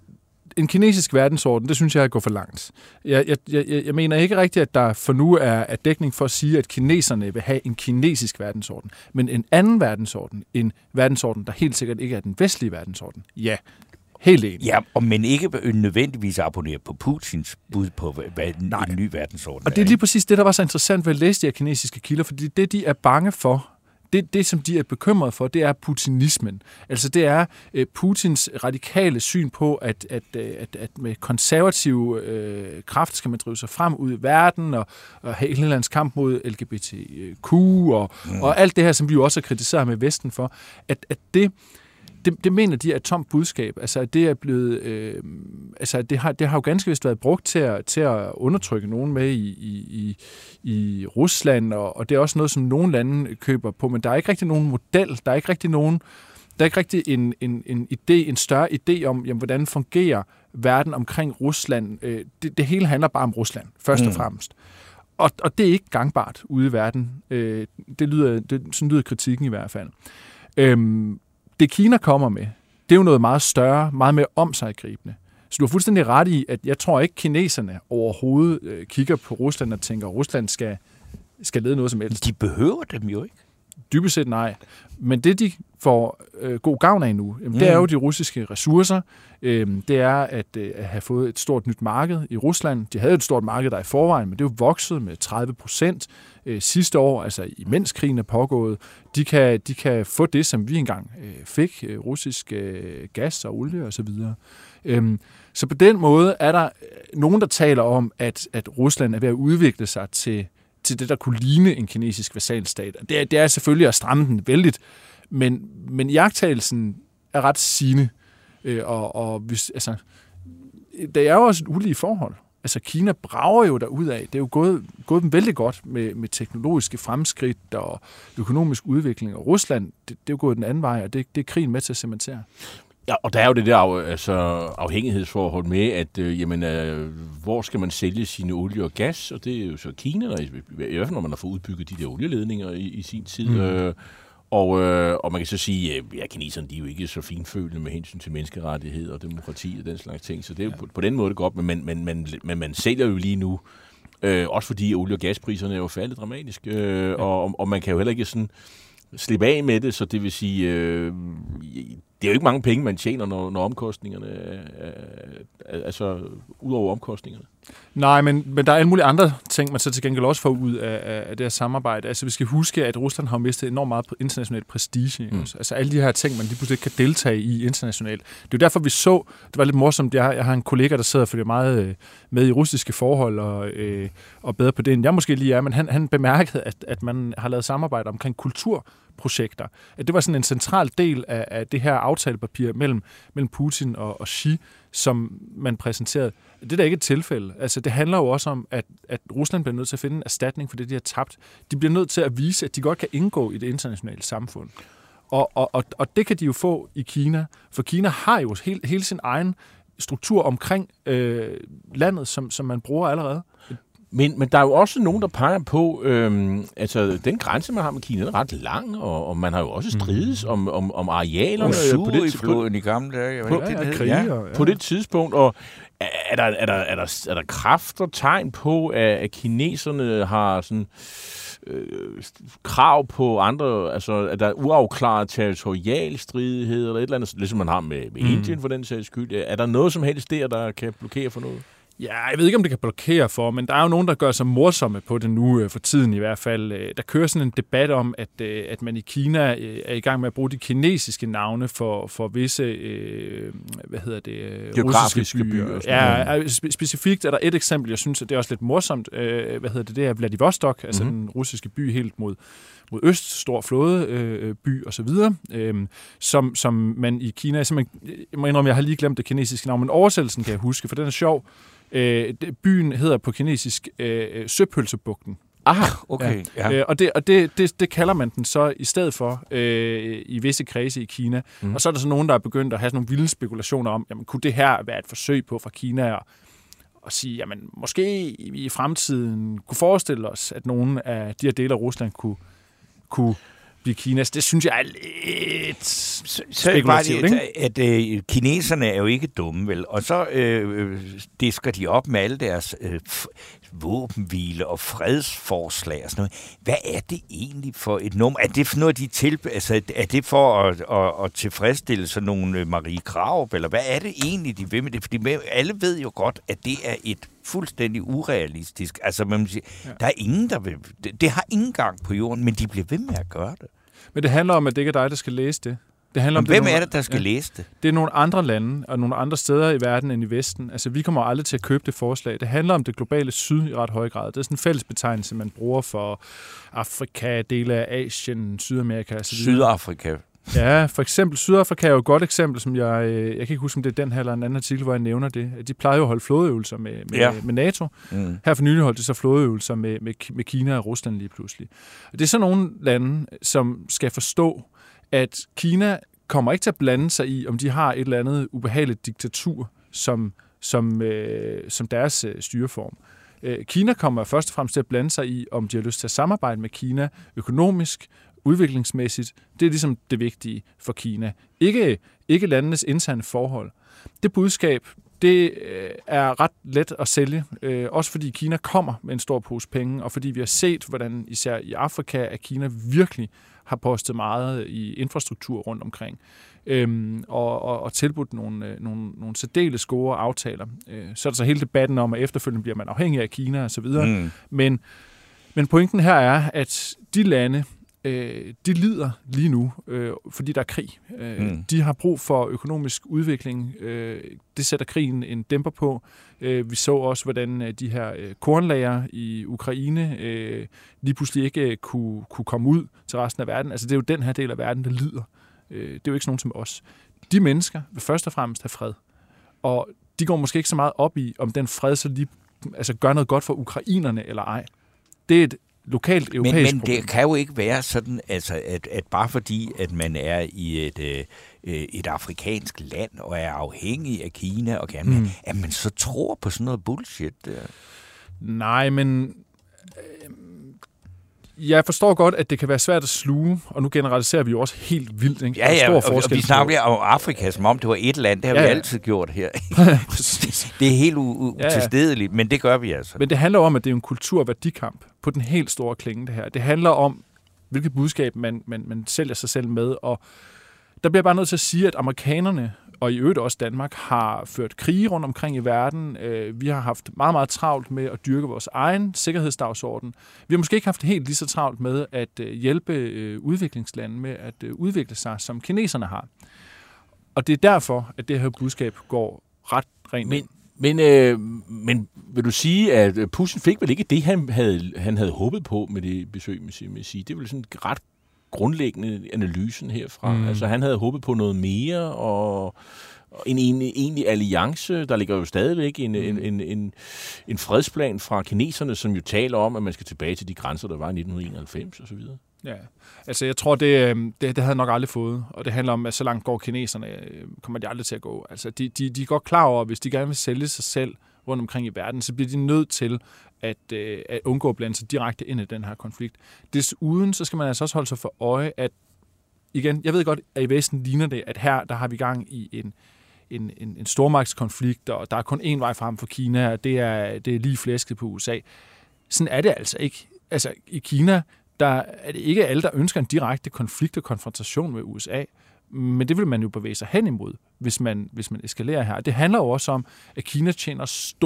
en kinesisk verdensorden, det synes jeg er at gå for langt. Jeg mener ikke rigtigt, at der for nu er dækning for at sige, at kineserne vil have en kinesisk verdensorden, men en anden verdensorden, en verdensorden, der helt sikkert ikke er den vestlige verdensorden. Ja, helt enig. Ja, men ikke nødvendigvis abonnere på Putins bud på en ny verdensorden. Og det er lige præcis det, der var så interessant ved at læse de her kinesiske kilder, fordi det, de er bange for, det, som de er bekymret for, det er putinismen. Altså det er Putins radikale syn på, at med konservative kraft skal man drive sig frem ud i verden, og hele landets kamp mod LGBTQ, og alt det her, som vi jo også har kritiseret med Vesten for, at det mener de er et tomt budskab. Altså, det er blevet, det har jo ganske vist været brugt til at undertrykke nogen med i Rusland, og det er også noget, som nogle lande køber på, men der er ikke rigtig nogen model, der er ikke rigtig en idé, en større idé om, jamen, hvordan fungerer verden omkring Rusland. Det hele handler bare om Rusland, først og fremmest. Og det er ikke gangbart ude i verden. Sådan lyder kritikken i hvert fald. Det Kina kommer med, det er jo noget meget større, meget mere omsiggribende. Så du har fuldstændig ret i, at jeg tror ikke, kineserne overhovedet kigger på Rusland og tænker, at Rusland skal lede noget som helst. De behøver dem jo ikke. Dybest set nej. Men det, de får god gavn af nu, det er jo de russiske ressourcer. Det er at have fået et stort nyt marked i Rusland. De havde et stort marked der i forvejen, men det er jo vokset med 30% sidste år, altså imens krigen er pågået. De kan få det, som vi engang fik, russisk gas og olie osv. Så på den måde er der nogen, der taler om, at Rusland er ved at udvikle sig til det, der kunne ligne en kinesisk vasalstat. Det er selvfølgelig at stramme den vældigt, men iagttagelsen er ret sigende. Det er jo også et ulige forhold. Altså, Kina brager jo derudad. Det er jo gået dem vældig godt med teknologiske fremskridt og økonomisk udvikling. Og Rusland, det er jo gået den anden vej, og det er krigen med til at cementere. Ja, og der er jo det der afhængighedsforhold med, at hvor skal man sælge sine olie og gas? Og det er jo så Kina, i hvert fald når man har fået udbygget de der olieledninger i sin tid. Og man kan så sige, at kineserne de er jo ikke så finfølende med hensyn til menneskerettigheder og demokrati og den slags ting. Så det er jo på den måde det godt, men man sælger jo lige nu, også fordi olie- og gaspriserne er jo faldet dramatisk, og man kan jo heller ikke sådan slippe af med det, så det vil sige, det er jo ikke mange penge, man tjener, når omkostningerne altså ud over omkostningerne. Nej, men der er alle mulige andre ting, man så til gengæld også får ud af det her samarbejde. Altså, vi skal huske, at Rusland har mistet enormt meget på international prestige. Altså, alle de her ting, man lige pludselig ikke kan deltage i internationalt. Det er jo derfor, vi så, det var lidt morsomt, jeg har en kollega, der sidder og følger meget med i russiske forhold og bedre på det, end jeg måske lige er, men han bemærkede, at man har lavet samarbejde omkring kulturprojekter. At det var sådan en central del af det her aftalepapir mellem Putin og Xi, som man præsenterede. Det er da ikke et tilfælde. Altså, det handler jo også om, at Rusland bliver nødt til at finde en erstatning for det, de har tabt. De bliver nødt til at vise, at de godt kan indgå i det internationale samfund. Og det kan de jo få i Kina, for Kina har jo hele sin egen struktur omkring landet, som man bruger allerede. Men der er jo også nogen, der peger på, altså den grænse, man har med Kina, er ret lang, og man har jo også strides om arealerne. På det floden i gamle dage. På det tidspunkt, og er der kraft og tegn på, at kineserne har sådan krav på andre, altså at der er uafklaret territorialstridighed eller et eller andet, ligesom man har med Indien for den sags skyld. Er der noget som helst der kan blokere for noget? Ja, jeg ved ikke, om det kan blokere for, men der er jo nogen, der gør sig morsomme på det nu, for tiden i hvert fald. Der kører sådan en debat om, at man i Kina er i gang med at bruge de kinesiske navne for visse, geografiske byer. Ja, specifikt er der et eksempel, jeg synes, at det er også lidt morsomt. Det er Vladivostok, altså den russiske by helt mod øst, stor flådeby og så videre, som man i Kina, jeg må indrømme, jeg har lige glemt det kinesiske navn, men oversættelsen kan jeg huske, for den er sjov. Byen hedder på kinesisk Søpølsebugten. Okay. Ja. Og det kalder man den så i stedet for i visse kredse i Kina. Og så er der så nogen, der er begyndt at have sådan nogle vilde spekulationer om, jamen, kunne det her være et forsøg på fra Kina at sige, jamen måske i fremtiden kunne forestille os, at nogle af de her dele af Rusland kunne blive Kinas. Det synes jeg er lidt spekulativt, ikke? At kineserne er jo ikke dumme, vel? Og så disker de op med alle deres våbenhvile og fredsforslag og sådan noget. Hvad er det egentlig for et nummer? Er det for noget, er det for at tilfredsstille sådan nogle Marie Krarup, eller hvad er det egentlig, de vil med det? Fordi alle ved jo godt, at det er et fuldstændig urealistisk. Altså, man må sige, der er ingen, der vil... Det har ingen gang på jorden, men de bliver ved med at gøre det. Men det handler om, at det ikke er dig, der skal læse det. Det handler om, hvem er det, der skal læse det? Det er nogle andre lande og nogle andre steder i verden end i Vesten. Altså, vi kommer aldrig til at købe det forslag. Det handler om det globale syd i ret høj grad. Det er sådan en fælles betegnelse, man bruger for Afrika, dele af Asien, Sydamerika osv. Sydafrika. Ja, for eksempel Sydafrika er jo et godt eksempel, som jeg kan ikke huske, om det er den her eller en anden artikel, hvor jeg nævner det. De plejer jo at holde flådeøvelser med NATO. Mm. Her for nylig holdt de så flådeøvelser med Kina og Rusland lige pludselig. Og det er så nogle lande, som skal forstå, at Kina kommer ikke til at blande sig i, om de har et eller andet ubehageligt diktatur som deres styreform. Kina kommer først og fremmest til at blande sig i, om de har lyst til at samarbejde med Kina økonomisk, udviklingsmæssigt. Det er ligesom det vigtige for Kina. Ikke landenes interne forhold. Det budskab, det er ret let at sælge, også fordi Kina kommer med en stor pose penge, og fordi vi har set, hvordan især i Afrika, at Kina virkelig har postet meget i infrastruktur rundt omkring, og tilbudt nogle særdeles gode aftaler. Så er der så hele debatten om, at efterfølgende bliver man afhængig af Kina osv. Men pointen her er, at de lande, de lider lige nu, fordi der er krig. De har brug for økonomisk udvikling. Det sætter krigen en dæmper på. Vi så også, hvordan de her kornlager i Ukraine lige pludselig ikke kunne komme ud til resten af verden. Altså, det er jo den her del af verden, der lider. Det er jo ikke sådan nogen som os. De mennesker vil først og fremmest have fred. Og de går måske ikke så meget op i, om den fred så lige gør noget godt for ukrainerne eller ej. Det er et lokalt europæisk problem. Men det kan jo ikke være sådan, altså, at bare fordi, at man er i et afrikansk land og er afhængig af Kina og gerne, at man så tror på sådan noget bullshit der. Nej, men jeg forstår godt, at det kan være svært at sluge, og nu generaliserer vi jo også helt vildt. Ikke? Ja, og vi snakker om Afrika, som om det var et land. Det har vi altid gjort her. Det er helt utilstedeligt, men det gør vi altså. Men det handler om, at det er en kulturværdikamp på den helt store klinge, det her. Det handler om, hvilket budskab man sælger sig selv med, og der bliver bare nødt til at sige, at amerikanerne, og i øvrigt også Danmark, har ført krige rundt omkring i verden. Vi har haft meget, meget travlt med at dyrke vores egen sikkerhedsdagsorden. Vi har måske ikke haft helt lige så travlt med at hjælpe udviklingslande med at udvikle sig, som kineserne har. Og det er derfor, at det her budskab går ret rent ind. Men vil du sige, at Putin fik vel ikke det, han havde håbet på med det besøg med Xi? Det er vel sådan ret grundlæggende analysen herfra. Altså, han havde håbet på noget mere, og en egentlig alliance. Der ligger jo stadigvæk en fredsplan fra kineserne, som jo taler om, at man skal tilbage til de grænser, der var i 1991 og så videre. Ja, altså jeg tror, det havde nok aldrig fået, og det handler om, at så langt går kineserne, kommer de aldrig til at gå. Altså, de er godt klar over, at hvis de gerne vil sælge sig selv rundt omkring i verden, så bliver de nødt til at undgå at blande sig direkte ind i den her konflikt. Desuden så skal man altså også holde sig for øje, at igen, jeg ved godt, at i Vesten ligner det, at her der har vi gang i en stormagtskonflikt, og der er kun én vej frem for Kina, og det er lige flæsket på USA. Sådan er det altså ikke. Altså i Kina, der er det ikke alle, der ønsker en direkte konflikt og konfrontation med USA, men det vil man jo bevæge sig hen imod, hvis man eskalerer her. Det handler jo også om, at Kina tjener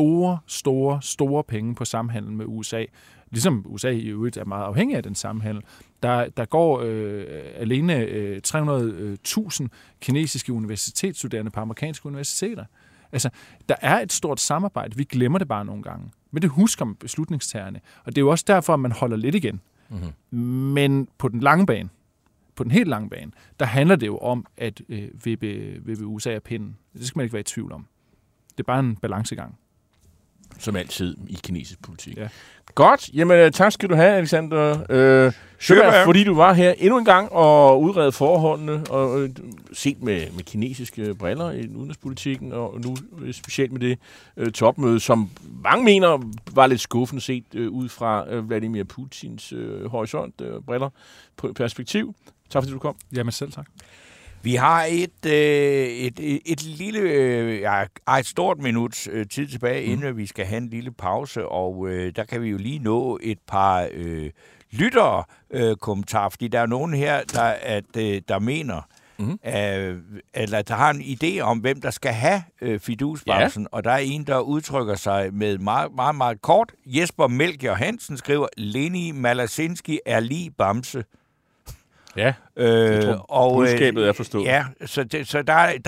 store penge på samhandel med USA. Ligesom USA i øvrigt er meget afhængig af den samhandel. Der går alene 300.000 kinesiske universitetsstuderende på amerikanske universiteter. Altså, der er et stort samarbejde. Vi glemmer det bare nogle gange. Men det husker beslutningstagerne. Og det er jo også derfor, at man holder lidt igen. Mm-hmm. Men på den lange bane, på den helt lange bane, der handler det jo om at vippe USA af pinden. Det skal man ikke være i tvivl om. Det er bare en balancegang. Som altid i kinesisk politik. Ja. Godt. Jamen, tak skal du have, Alexander. Fordi du var her endnu en gang og udredede forholdene og set med kinesiske briller i udenrigspolitikken, og nu specielt med det topmøde, som mange mener var lidt skuffende set ud fra Vladimir Putins horisont, briller på perspektiv. Tak fordi du kom. Jamen selv tak. Vi har et lille, et stort minuts tid tilbage, inden vi skal have en lille pause, og der kan vi jo lige nå et par lyttere-kommentarer, fordi der er nogen her, der mener, eller der har en idé om, hvem der skal have fidusbamsen, og der er en, der udtrykker sig med meget, meget, meget kort. Jesper Melchior Hansen skriver, Leni Malasinski er lige bamse. Ja, jeg tror, budskabet er forstået. Ja, så der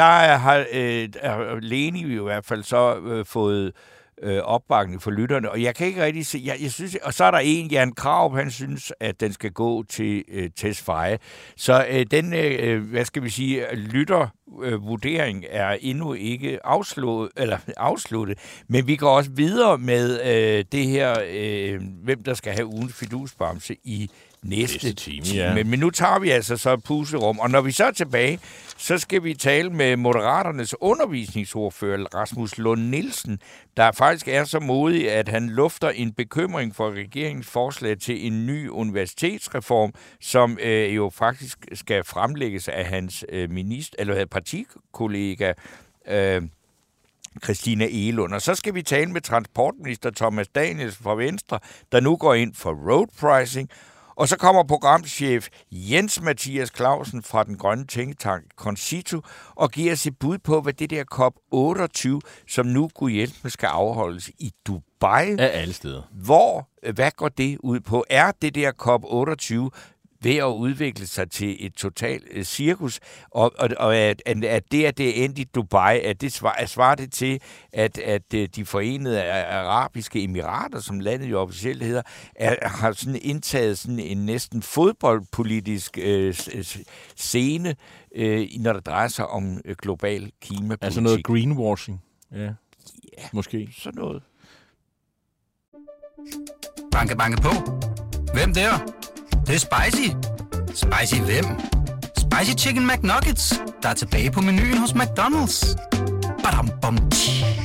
har Leni jo i hvert fald så fået opbakning for lytterne, og jeg kan ikke rigtig se, jeg synes, og så er der en, Jan Krav, han synes, at den skal gå til Tesfaye. Så den, hvad skal vi sige, lyttervurdering er endnu ikke afsluttet, men vi går også videre med det her, hvem der skal have ugens fidusbamse i næste time. Ja. Men nu tager vi altså så et pusterum, og når vi så er tilbage, så skal vi tale med Moderaternes undervisningsordfører Rasmus Lund Nielsen, der faktisk er så modig, at han lufter en bekymring for regeringens forslag til en ny universitetsreform, som jo faktisk skal fremlægges af hans partikollega Christina Egelund. Og så skal vi tale med transportminister Thomas Danielsen fra Venstre, der nu går ind for road pricing. Og så kommer programchef Jens Mathias Clausen fra den grønne tænketank Concito og giver os et bud på, hvad det der COP28, som nu gudhjælpemig skal afholdes i Dubai. Af alle steder. Hvad går det ud på? Er det der COP28 ved at udvikle sig til et totalt cirkus, og at det endt i Dubai, at det svarer det til, at de forenede arabiske emirater, som landet jo officielt hedder, har sådan indtaget sådan en næsten fodboldpolitisk scene, når det drejer sig om global klimapolitik. Altså noget greenwashing. Ja, måske. Sådan noget. Banke, banke på. Hvem der? Det er spicy. Spicy hvem? Spicy Chicken McNuggets, der er tilbage på menuen hos McDonald's. Badum, bom, tji.